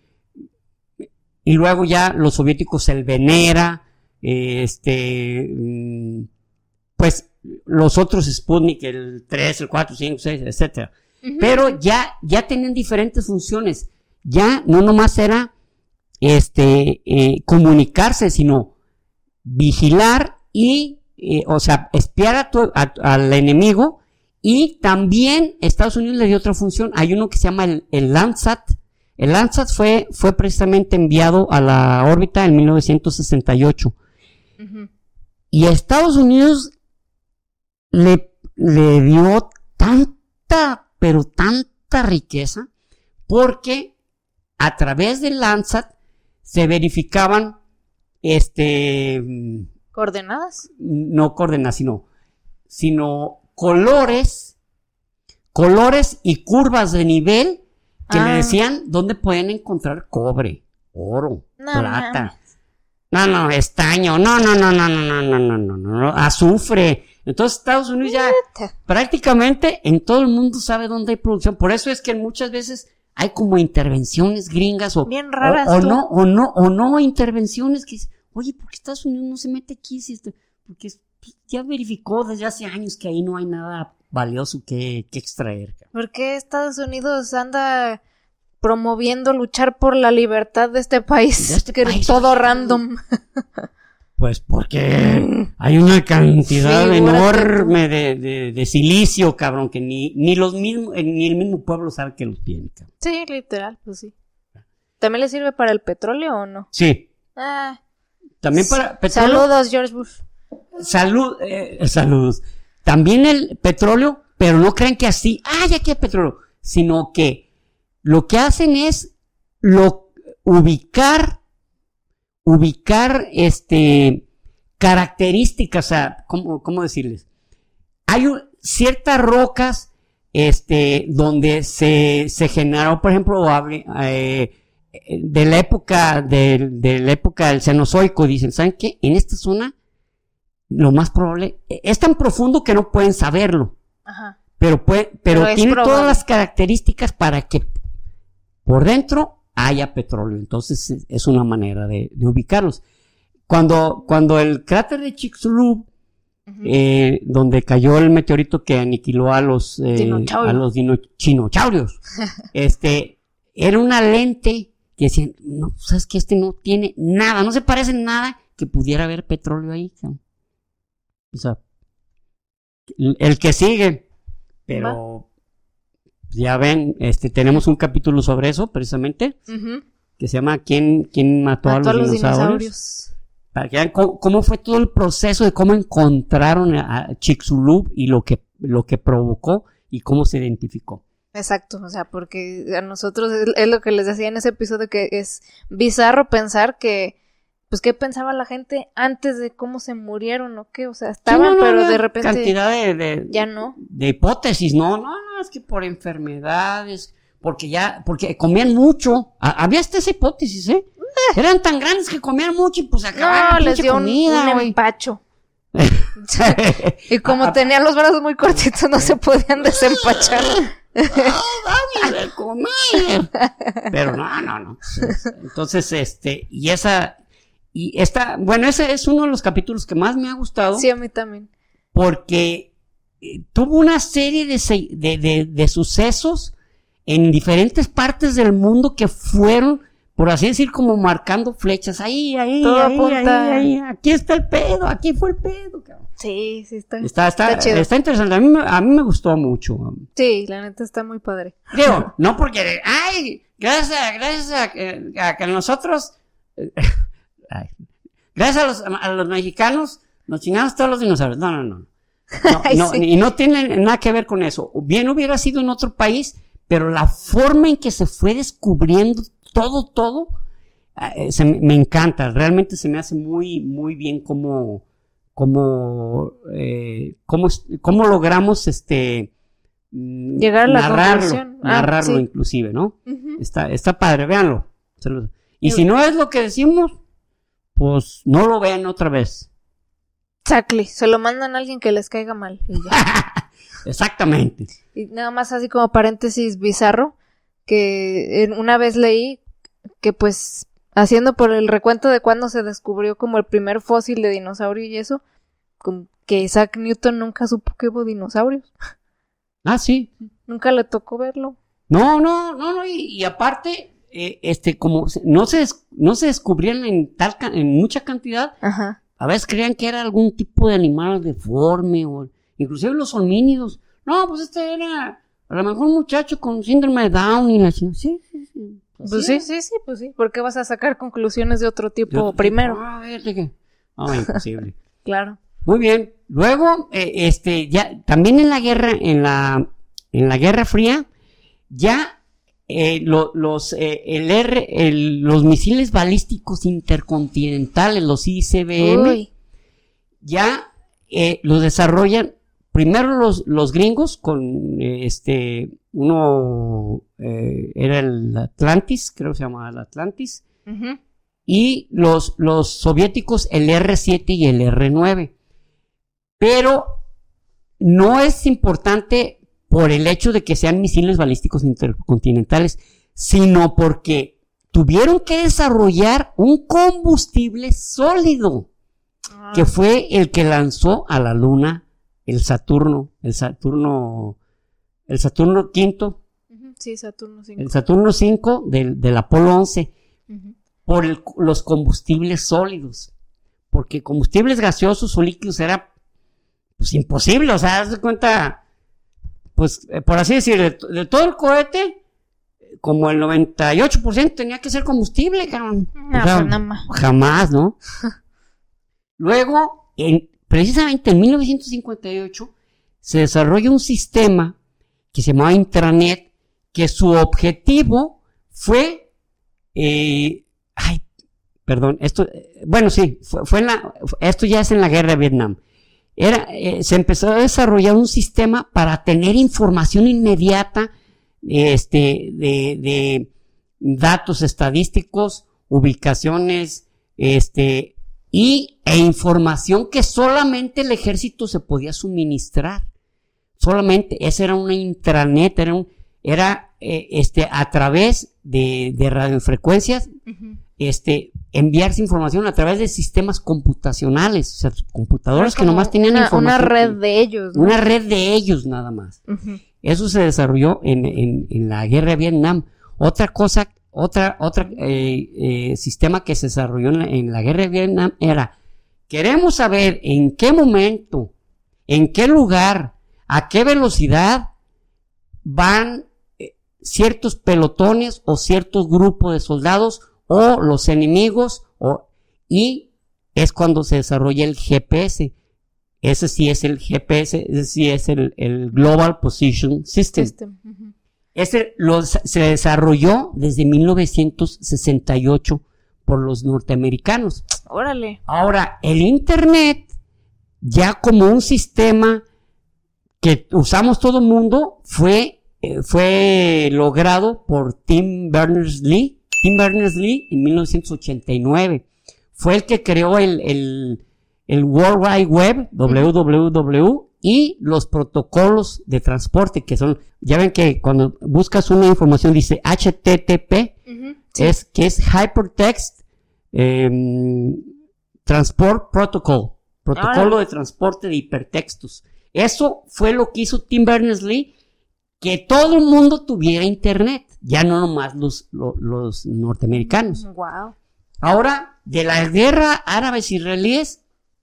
y luego ya los soviéticos el Venera, eh, este, mm, pues los otros Sputnik, el tres, el cuatro, cinco, seis, etcétera. Ujú. Pero ya, ya tenían diferentes funciones. Ya no nomás era este eh, comunicarse, sino vigilar y, eh, o sea, espiar a tu, a, al enemigo. Y también Estados Unidos le dio otra función. Hay uno que se llama el, el Landsat. El Landsat fue, fue precisamente enviado a la órbita en mil novecientos sesenta y ocho. Ujú. Y a Estados Unidos le, le dio tanta, pero tanta riqueza, porque a través del Landsat se verificaban, este, ¿Coordenadas? no coordenadas, sino, sino colores, colores y curvas de nivel que Ah. le decían dónde pueden encontrar cobre, oro, No plata. No, no, estaño, no, no, no, no, no, no, no, no, no, no, azufre. Entonces Estados Unidos ya prácticamente en todo el mundo sabe dónde hay producción. Por eso es que muchas veces hay como intervenciones gringas o, Bien raras, o, o tú. no, o no, o no intervenciones que dicen, oye, ¿por qué Estados Unidos no se mete aquí? Si este- porque pues, ya verificó desde hace años que ahí no hay nada valioso que, que extraer. ¿Por qué Estados Unidos anda promoviendo luchar por la libertad de este país? De este que país, es todo oye. random. Pues porque hay una cantidad Figúrate enorme de, de, de silicio, cabrón, que ni, ni los mismos, eh, ni el mismo pueblo sabe que los tiene, cabrón. Sí, literal, pues sí. ¿También le sirve para el petróleo o no? Sí, Ah, también para petróleo. saludos, George Bush. Salud, eh, saludos. También el petróleo, pero no creen que así, ah, ya que hay petróleo, sino que lo que hacen es lo, ubicar, ubicar, este, características, o sea, ¿cómo, cómo decirles? Hay un- ciertas rocas, este, donde se, se generó, por ejemplo, hable- eh, de la época, de, de la época del Cenozoico, dicen, ¿saben qué? En esta zona, lo más probable, es tan profundo que no pueden saberlo, Ajá. pero puede, pero, Pero es tiene probable. todas las características para que por dentro haya petróleo. Entonces es, es una manera de, de ubicarlos. Cuando, cuando el cráter de Chicxulub, Ujú. eh, donde cayó el meteorito que aniquiló a los, eh, Dinosaurios. a los dino- chinochaurios, este, era una lente que decían, no, sabes que este no tiene nada, no se parece en nada que pudiera haber petróleo ahí, cabrón. O sea, el, el que sigue, pero ya ven, este, tenemos un capítulo sobre eso, precisamente, Ujú. que se llama ¿Quién, quién mató, Mató a los, dinosaurios? Para que vean cómo, cómo fue todo el proceso de cómo encontraron a, a Chicxulub y lo que, lo que provocó y cómo se identificó. Exacto, o sea, porque a nosotros es, es lo que les decía en ese episodio, que es bizarro pensar que, pues, ¿qué pensaba la gente antes de cómo se murieron o qué? O sea, estaban, Sí, no, no, pero había de repente cantidad de, de, ya no. de hipótesis, no, no, no, es que por enfermedades, porque ya, porque comían mucho, A- había hasta esa hipótesis, ¿eh? Eran tan grandes que comían mucho y pues se acababan No, la les pinche dio un, comida, un güey. empacho. Y como Ah, tenían los brazos muy cortitos, no se podían desempachar. dame de comer. Pero no, no, no. Entonces, este, y esa, y esta, bueno, ese es uno de los capítulos que más me ha gustado. Sí, a mí también. Porque eh, tuvo una serie de, se- de, de, de sucesos en diferentes partes del mundo que fueron, por así decir, como marcando flechas. Ahí, ahí, Todo ahí, apunta. ahí, ahí, aquí está el pedo, aquí fue el pedo, cabrón. Sí, sí, está, Está, está, está chido. está interesante. A mí, me- a mí me gustó mucho. Sí, la neta está muy padre. Digo, no porque, ay, gracias, a- gracias a, que- a que nosotros, ay, gracias a los, a los mexicanos, nos chingamos todos los dinosaurios. No, no, no. No, no, sí. Y no tiene nada que ver con eso. Bien hubiera sido en otro país, pero la forma en que se fue descubriendo todo, todo, eh, se me, me encanta. Realmente se me hace muy, muy bien cómo, cómo, eh, cómo, cómo logramos este llegar a la narrarlo, conclusión. Ah, narrarlo sí. inclusive, ¿no? Uh-huh. Está, está padre, véanlo. Y si no es lo que decimos, pues no lo vean otra vez. Exactly, se lo mandan a alguien que les caiga mal. Y ya. Exactamente. Y nada más así como paréntesis bizarro, que una vez leí que pues haciendo por el recuento de cuando se descubrió como el primer fósil de dinosaurio y eso, que Isaac Newton nunca supo que hubo dinosaurios. Ah, sí. Nunca le tocó verlo. No, no, no, no, y, y aparte, eh, este, como no se, no se descubrían en tal, en mucha cantidad. Ajá. A veces creían que era algún tipo de animal deforme, o inclusive los homínidos. No, pues este era a lo mejor un muchacho con síndrome de Down y la chingada. Sí, sí, sí. Pues sí, sí, sí, pues sí. ¿Por qué vas a sacar conclusiones de otro tipo de otro primero? Tipo, ah, vete que... No, imposible. Claro. Muy bien. Luego, eh, este, ya, también en la guerra, en la, en la Guerra Fría, ya Eh, lo, los eh, el R, el, los misiles balísticos intercontinentales, los I C B M, Uy. ya eh, los desarrollan primero los, los gringos con eh, este uno eh, era el Atlantis, creo que se llamaba el Atlantis, uh-huh. y los los soviéticos el R siete y el R nueve, pero no es importante por el hecho de que sean misiles balísticos intercontinentales, sino porque tuvieron que desarrollar un combustible sólido, ah. que fue el que lanzó a la Luna el Saturno, el Saturno, el Saturno quinto, uh-huh. sí, Saturno cinco, el Saturno cinco del, del Apolo once, uh-huh. por el, los combustibles sólidos, porque combustibles gaseosos o líquidos era pues imposible, o sea, haz de cuenta. Pues, eh, por así decir, de, de todo el cohete, como el noventa y ocho por ciento tenía que ser combustible, cabrón. No, o sea, pues nada más. Jamás, ¿no? Luego, en, precisamente en mil novecientos cincuenta y ocho, se desarrolla un sistema que se llamaba Intranet, que su objetivo fue, eh, ay, perdón, esto, bueno, sí, fue, fue en la, esto ya es en la guerra de Vietnam. Era, eh, se empezó a desarrollar un sistema para tener información inmediata, este, de, de datos estadísticos, ubicaciones, este, y, e información que solamente el ejército se podía suministrar. Solamente, esa era una intranet, era un, era, eh, este, a través de, de radiofrecuencias, uh-huh. este, enviarse información a través de sistemas computacionales, o sea, computadoras que nomás tenían una, información. Una red de ellos, ¿no? Una red de ellos nada más. Uh-huh. Eso se desarrolló en, en, en la guerra de Vietnam. Otra cosa, otra, otra, eh, eh, sistema que se desarrolló en la, en la guerra de Vietnam era, queremos saber en qué momento, en qué lugar, a qué velocidad van eh, ciertos pelotones o ciertos grupos de soldados o los enemigos, o, y es cuando se desarrolla el G P S. Ese sí es el G P S, ese sí es el, el Global Position System. System. Uh-huh. Ese lo, se desarrolló desde mil novecientos sesenta y ocho por los norteamericanos. Órale. Ahora, el Internet, ya como un sistema que usamos todo el mundo, fue, eh, fue logrado por Tim Berners-Lee. Tim Berners-Lee en mil novecientos ochenta y nueve fue el que creó el, el, el World Wide Web, doble u doble u doble u, y los protocolos de transporte, que son, ya ven que cuando buscas una información dice H T T P, uh-huh, sí. es, que es Hypertext eh, Transport Protocol, protocolo ah. de transporte de hipertextos. Eso fue lo que hizo Tim Berners-Lee, que todo el mundo tuviera internet, ya no nomás los, los, los norteamericanos. Wow. Ahora, de la guerra árabes israelíes,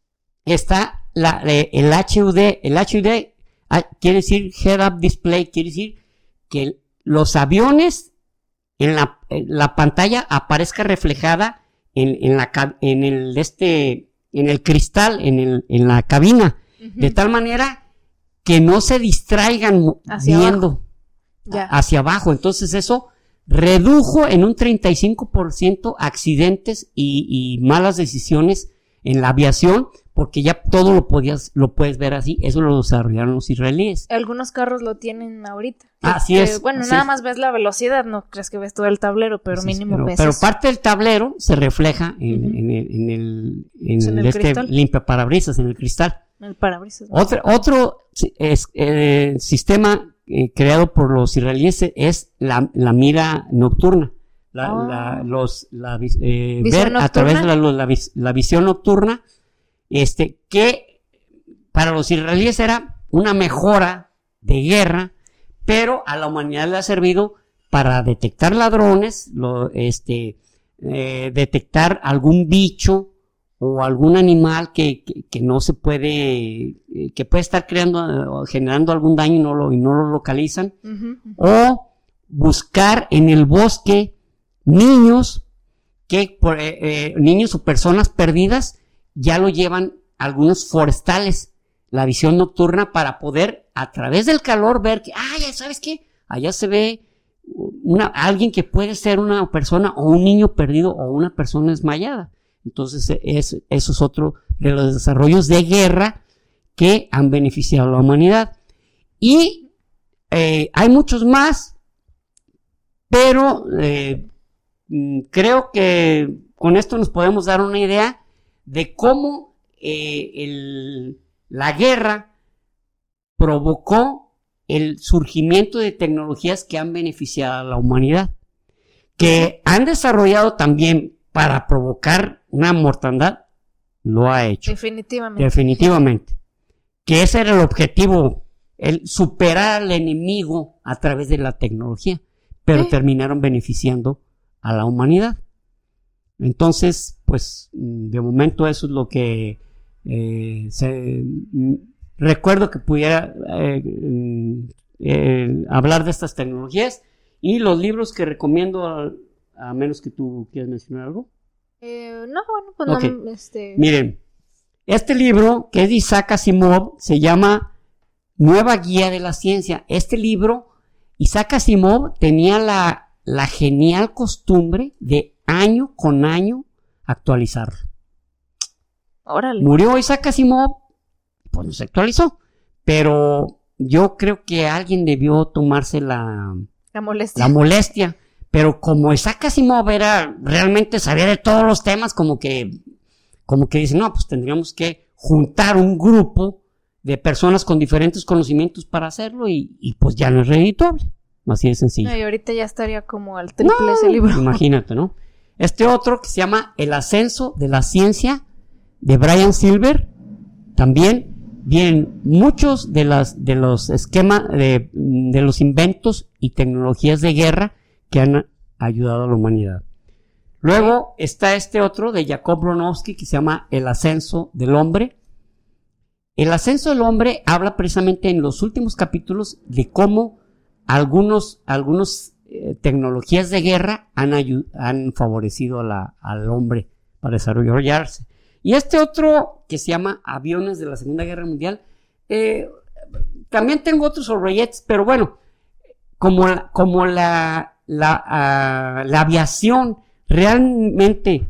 está la, el H U D. El H U D quiere decir Head Up Display, quiere decir que los aviones en la, en la pantalla aparezca reflejada en, en la en el este en el cristal, en el en la cabina, uh-huh. de tal manera que no se distraigan hacia viendo abajo. Ya. hacia abajo. Entonces eso redujo en un treinta y cinco por ciento accidentes y, y malas decisiones en la aviación, porque ya todo lo podías, lo puedes ver así. Eso lo desarrollaron los israelíes. Algunos carros lo tienen ahorita. Así que, es. Bueno, así nada es. más ves la velocidad, no crees que ves todo el tablero, pero así mínimo es, pero, ves pero eso. parte del tablero se refleja en, Uh-huh. en el, en el, en ¿En el este cristal? limpiaparabrisas, en el cristal. El parabrisas. ¿no? Otro, otro es, eh, sistema eh, creado por los israelíes es la, la mira nocturna. La, Oh. la, los, la, eh, ver ¿Visión a través de nocturna? la, la, la visión nocturna, este, que para los israelíes era una mejora de guerra, pero a la humanidad le ha servido para detectar ladrones, lo, este, eh, detectar algún bicho o algún animal que, que, que no se puede, eh, que puede estar creando o generando algún daño y no lo, y no lo localizan, Uh-huh. o buscar en el bosque niños que por, eh, eh, niños o personas perdidas. Ya lo llevan algunos forestales, la visión nocturna, para poder a través del calor ver que, ah, ya sabes qué, allá se ve una, alguien que puede ser una persona o un niño perdido o una persona desmayada. Entonces es, eso es otro de los desarrollos de guerra que han beneficiado a la humanidad. Y eh, hay muchos más, pero eh, creo que con esto nos podemos dar una idea de cómo eh, el, la guerra provocó el surgimiento de tecnologías que han beneficiado a la humanidad, que han desarrollado también para provocar una mortandad. Lo ha hecho. Definitivamente. Definitivamente. Que ese era el objetivo, el superar al enemigo a través de la tecnología, pero ¿Eh? terminaron beneficiando a la humanidad. Entonces, pues, de momento eso es lo que eh, se, recuerdo que pudiera eh, eh, hablar de estas tecnologías. Y los libros que recomiendo, a, a menos que tú quieras mencionar algo. Eh, no, bueno, pues Okay. no, este... Miren, este libro, que es de Isaac Asimov, se llama Nueva Guía de la Ciencia. Este libro, Isaac Asimov tenía la, la genial costumbre de año con año actualizarlo. Órale. Murió Isaac Asimov, pues no se actualizó, pero yo creo que alguien debió tomarse la, La molestia. la molestia, pero como Isaac Asimov era, realmente sabía de todos los temas, como que, como que dice, no, pues tendríamos que juntar un grupo de personas con diferentes conocimientos para hacerlo, y, y pues ya no es redituable, así de sencillo. No, y ahorita ya estaría como al triple No, ese libro. Imagínate, ¿no? Este otro que se llama El ascenso de la ciencia, de Brian Silver, también vienen muchos de las de los esquemas de, de los inventos y tecnologías de guerra que han ayudado a la humanidad. Luego está este otro de Jacob Bronowski que se llama El ascenso del hombre. El ascenso del hombre habla precisamente en los últimos capítulos de cómo algunos algunos eh, tecnologías de guerra han, ayu- han favorecido a la, al hombre para desarrollarse. Y este otro que se llama Aviones de la Segunda Guerra Mundial, eh, también tengo otros rolletes, pero bueno, como la, como la, la, uh, la aviación realmente,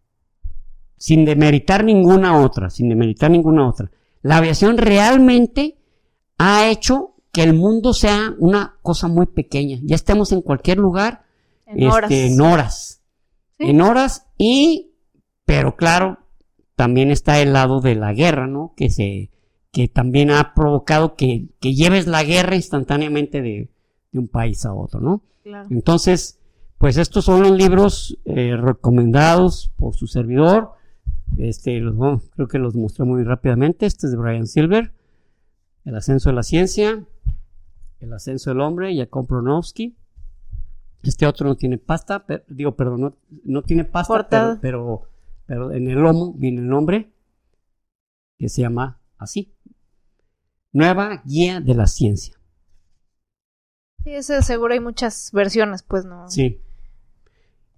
sin demeritar ninguna otra, sin demeritar ninguna otra, la aviación realmente ha hecho que el mundo sea una cosa muy pequeña. Ya estemos en cualquier lugar, En este, horas. en horas, Sí. en horas y, pero claro, también está el lado de la guerra, ¿no? Que se, que también ha provocado que, que lleves la guerra instantáneamente de, de un país a otro, ¿no? Claro. Entonces, pues estos son los libros eh, recomendados por su servidor. Este, los, bueno, creo que los mostré muy rápidamente. Este es de Brian Silver, El ascenso de la ciencia, El ascenso del hombre, Jacob Bronowski. Este otro no tiene pasta, pero, digo, perdón, no, no tiene pasta, pero, pero, pero en el lomo viene el nombre, que se llama así: Nueva Guía de la Ciencia. Sí, ese seguro hay muchas versiones, pues no. Sí.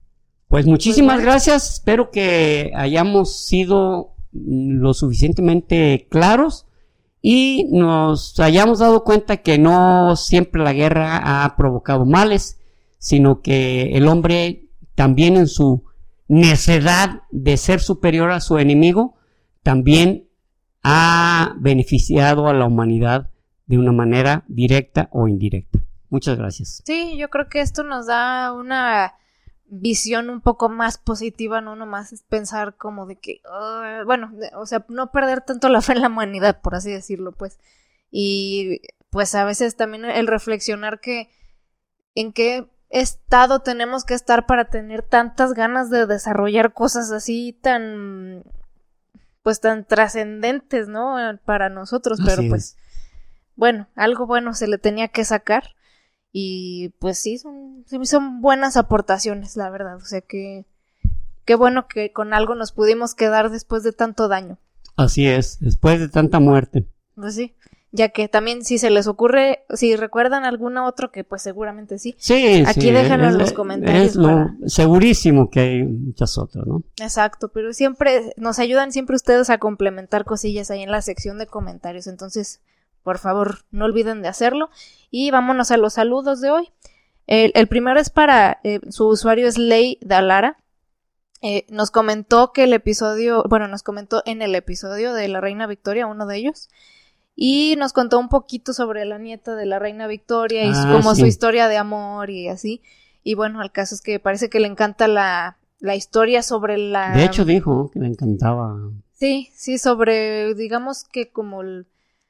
Pues muchísimas gracias, espero que hayamos sido lo suficientemente claros y nos hayamos dado cuenta que no siempre la guerra ha provocado males, sino que el hombre también en su necedad de ser superior a su enemigo, también ha beneficiado a la humanidad de una manera directa o indirecta. Muchas gracias. Sí, yo creo que esto nos da una visión un poco más positiva, no nomás es pensar como de que, uh, bueno, o sea, no perder tanto la fe en la humanidad, por así decirlo, pues, y pues a veces también el reflexionar que en qué estado tenemos que estar para tener tantas ganas de desarrollar cosas así tan, pues tan trascendentes, ¿no? Para nosotros, Así pero es. pues, bueno, algo bueno se le tenía que sacar. Y pues sí, son, son buenas aportaciones, la verdad. O sea que qué bueno que con algo nos pudimos quedar después de tanto daño. Así es, después de tanta muerte. Pues sí, ya que también si se les ocurre, si recuerdan alguna otro que pues seguramente sí. Sí, Aquí sí, déjenlo es, en los comentarios. Es lo, para... segurísimo que hay muchas otras, ¿no? Exacto, pero siempre nos ayudan siempre ustedes a complementar cosillas ahí en la sección de comentarios. Entonces, por favor, no olviden de hacerlo. Y vámonos a los saludos de hoy. El, el primero es para, eh, su usuario es Ley Dalara. Eh, nos comentó que el episodio, bueno, nos comentó en el episodio de la Reina Victoria, uno de ellos. Y nos contó un poquito sobre la nieta de la Reina Victoria y Ah, como sí. su historia de amor y así. Y bueno, el caso es que parece que le encanta la, la historia sobre la... De hecho dijo que le encantaba. Sí, sí, sobre, digamos que como el,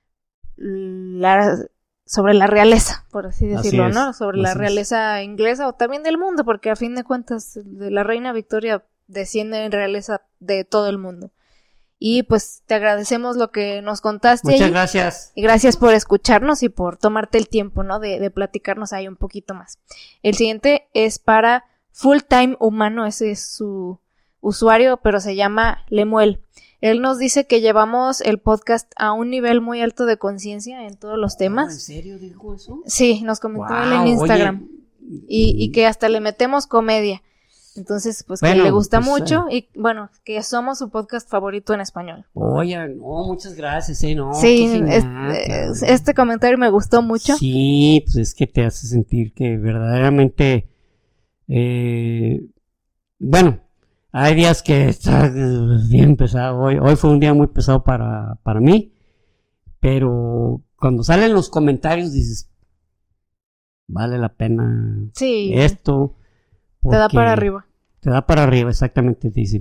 la, sobre la realeza, por así decirlo, Así es, ¿no? Sobre la así es. realeza inglesa o también del mundo, porque a fin de cuentas de la Reina Victoria desciende en realeza de todo el mundo. Y pues te agradecemos lo que nos contaste. Muchas ahí. gracias. Y gracias por escucharnos y por tomarte el tiempo, ¿no? De, de platicarnos ahí un poquito más. El siguiente es para Full Time Humano, ese es su usuario, pero se llama Lemuel. Él nos dice que llevamos el podcast a un nivel muy alto de conciencia en todos los temas. ¿En serio dijo eso? Sí, nos comentó Wow, él en Instagram. oye. Y, y que hasta le metemos comedia. Entonces, pues Bueno, que le gusta pues, mucho y bueno, que somos su podcast favorito en español. Oye, no, muchas gracias, eh, no. Sí, qué es- finata. es- este comentario me gustó mucho. Sí, pues es que te hace sentir que verdaderamente, eh, bueno, hay días que está eh, bien pesado. Hoy, hoy fue un día muy pesado para, para mí, pero cuando salen los comentarios dices, vale la pena Sí, esto. te da porque para arriba. Te da para arriba, exactamente, dice.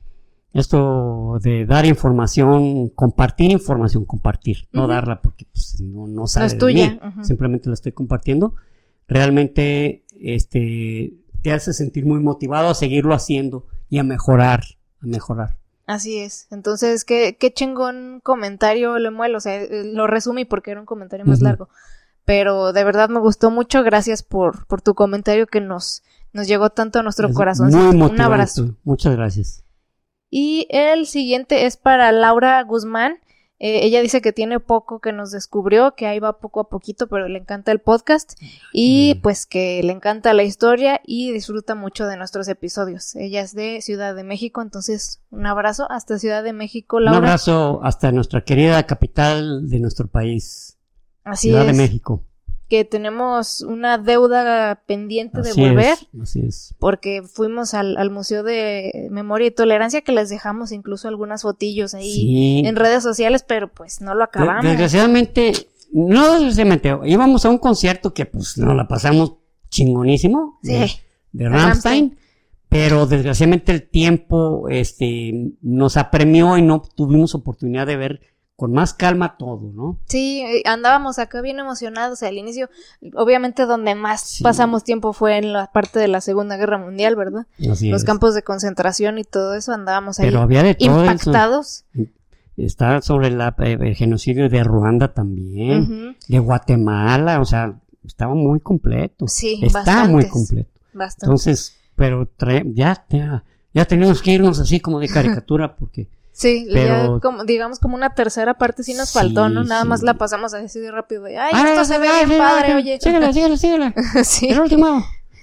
Esto de dar información, compartir información, compartir, no Ujú. darla porque pues, no, no sale es de tuya, mí, ujú. simplemente la estoy compartiendo. Realmente, este, te hace sentir muy motivado a seguirlo haciendo y a mejorar, a mejorar. Así es. Entonces, qué, qué chingón comentario, Lemuel. O sea, eh, lo resumí porque era un comentario más Ujú. largo. Pero de verdad me gustó mucho. Gracias por, por tu comentario que nos, nos llegó tanto a nuestro Es corazón. muy Un motivante. abrazo. Muchas gracias. Y el siguiente es para Laura Guzmán. Eh, ella dice que tiene poco que nos descubrió, que ahí va poco a poquito, pero le encanta el podcast y Mm. pues que le encanta la historia y disfruta mucho de nuestros episodios. Ella es de Ciudad de México, entonces un abrazo hasta Ciudad de México, Laura. Un abrazo hasta nuestra querida capital de nuestro país, Así Ciudad es, de México. que tenemos una deuda pendiente de Así volver. es, así es. Porque fuimos al, al Museo de Memoria y Tolerancia, que les dejamos incluso algunos fotillos ahí Sí. en redes sociales, pero pues no lo De- acabamos. Desgraciadamente, no desgraciadamente, íbamos a un concierto que pues nos la pasamos chingonísimo Sí. de, de De Rammstein, Rammstein. pero desgraciadamente el tiempo este nos apremió y no tuvimos oportunidad de ver con más calma todo, ¿no? Sí, eh, andábamos acá bien emocionados al inicio. Obviamente donde más Sí. pasamos tiempo fue en la parte de la Segunda Guerra Mundial, ¿verdad? Así Los es. campos de concentración y todo eso, andábamos ahí Pero había de todo eso. impactados. Está sobre la, eh, el genocidio de Ruanda también, Ujú. de Guatemala, o sea, estaba muy completo. Sí, Está bastantes. muy completo. Bastante. Entonces, pero trae- ya, ya, ya tenemos que irnos así como de caricatura porque Sí, pero- ya como, digamos como una tercera parte sí nos Sí, faltó, ¿no? Nada sí. más la pasamos así de rápido. De, ay, Ah, esto se ve ah, bien sí, padre, sí, oye. síguela, síguela, síguela. Sí. El último.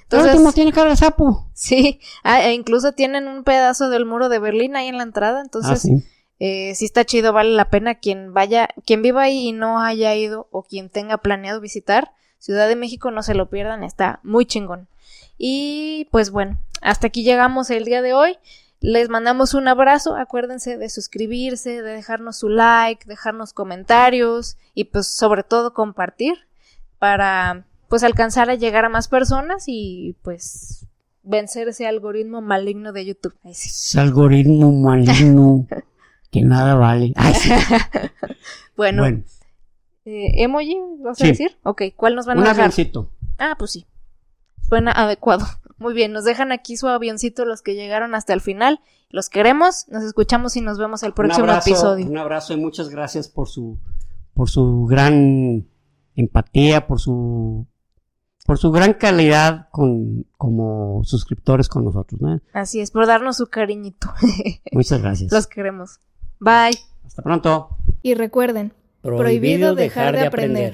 Entonces, el último tiene cara de sapo. Sí, ah, e incluso tienen un pedazo del muro de Berlín ahí en la entrada, entonces Ah, sí. eh, sí está chido, vale la pena quien vaya, quien viva ahí y no haya ido o quien tenga planeado visitar Ciudad de México, no se lo pierdan, está muy chingón. Y pues bueno, hasta aquí llegamos el día de hoy. Les mandamos un abrazo, acuérdense de suscribirse, de dejarnos su like, dejarnos comentarios y pues sobre todo compartir para pues alcanzar a llegar a más personas y pues vencer ese algoritmo maligno de YouTube. Ay, sí. Ese algoritmo maligno que nada vale. Ay, sí. Bueno, Bueno, eh, emoji, ¿vas a Sí. decir? Ok, ¿cuál nos van un a dejar? avioncito. Ah, pues sí. Suena adecuado. Muy bien, nos dejan aquí su avioncito los que llegaron hasta el final. Los queremos, nos escuchamos y nos vemos el próximo un abrazo, episodio. Un abrazo y muchas gracias por su por su gran empatía, por su por su gran calidad con como suscriptores con nosotros, ¿no? Así es, por darnos su cariñito. Muchas gracias. Los queremos. Bye. Hasta pronto. Y recuerden, prohibido dejar de aprender.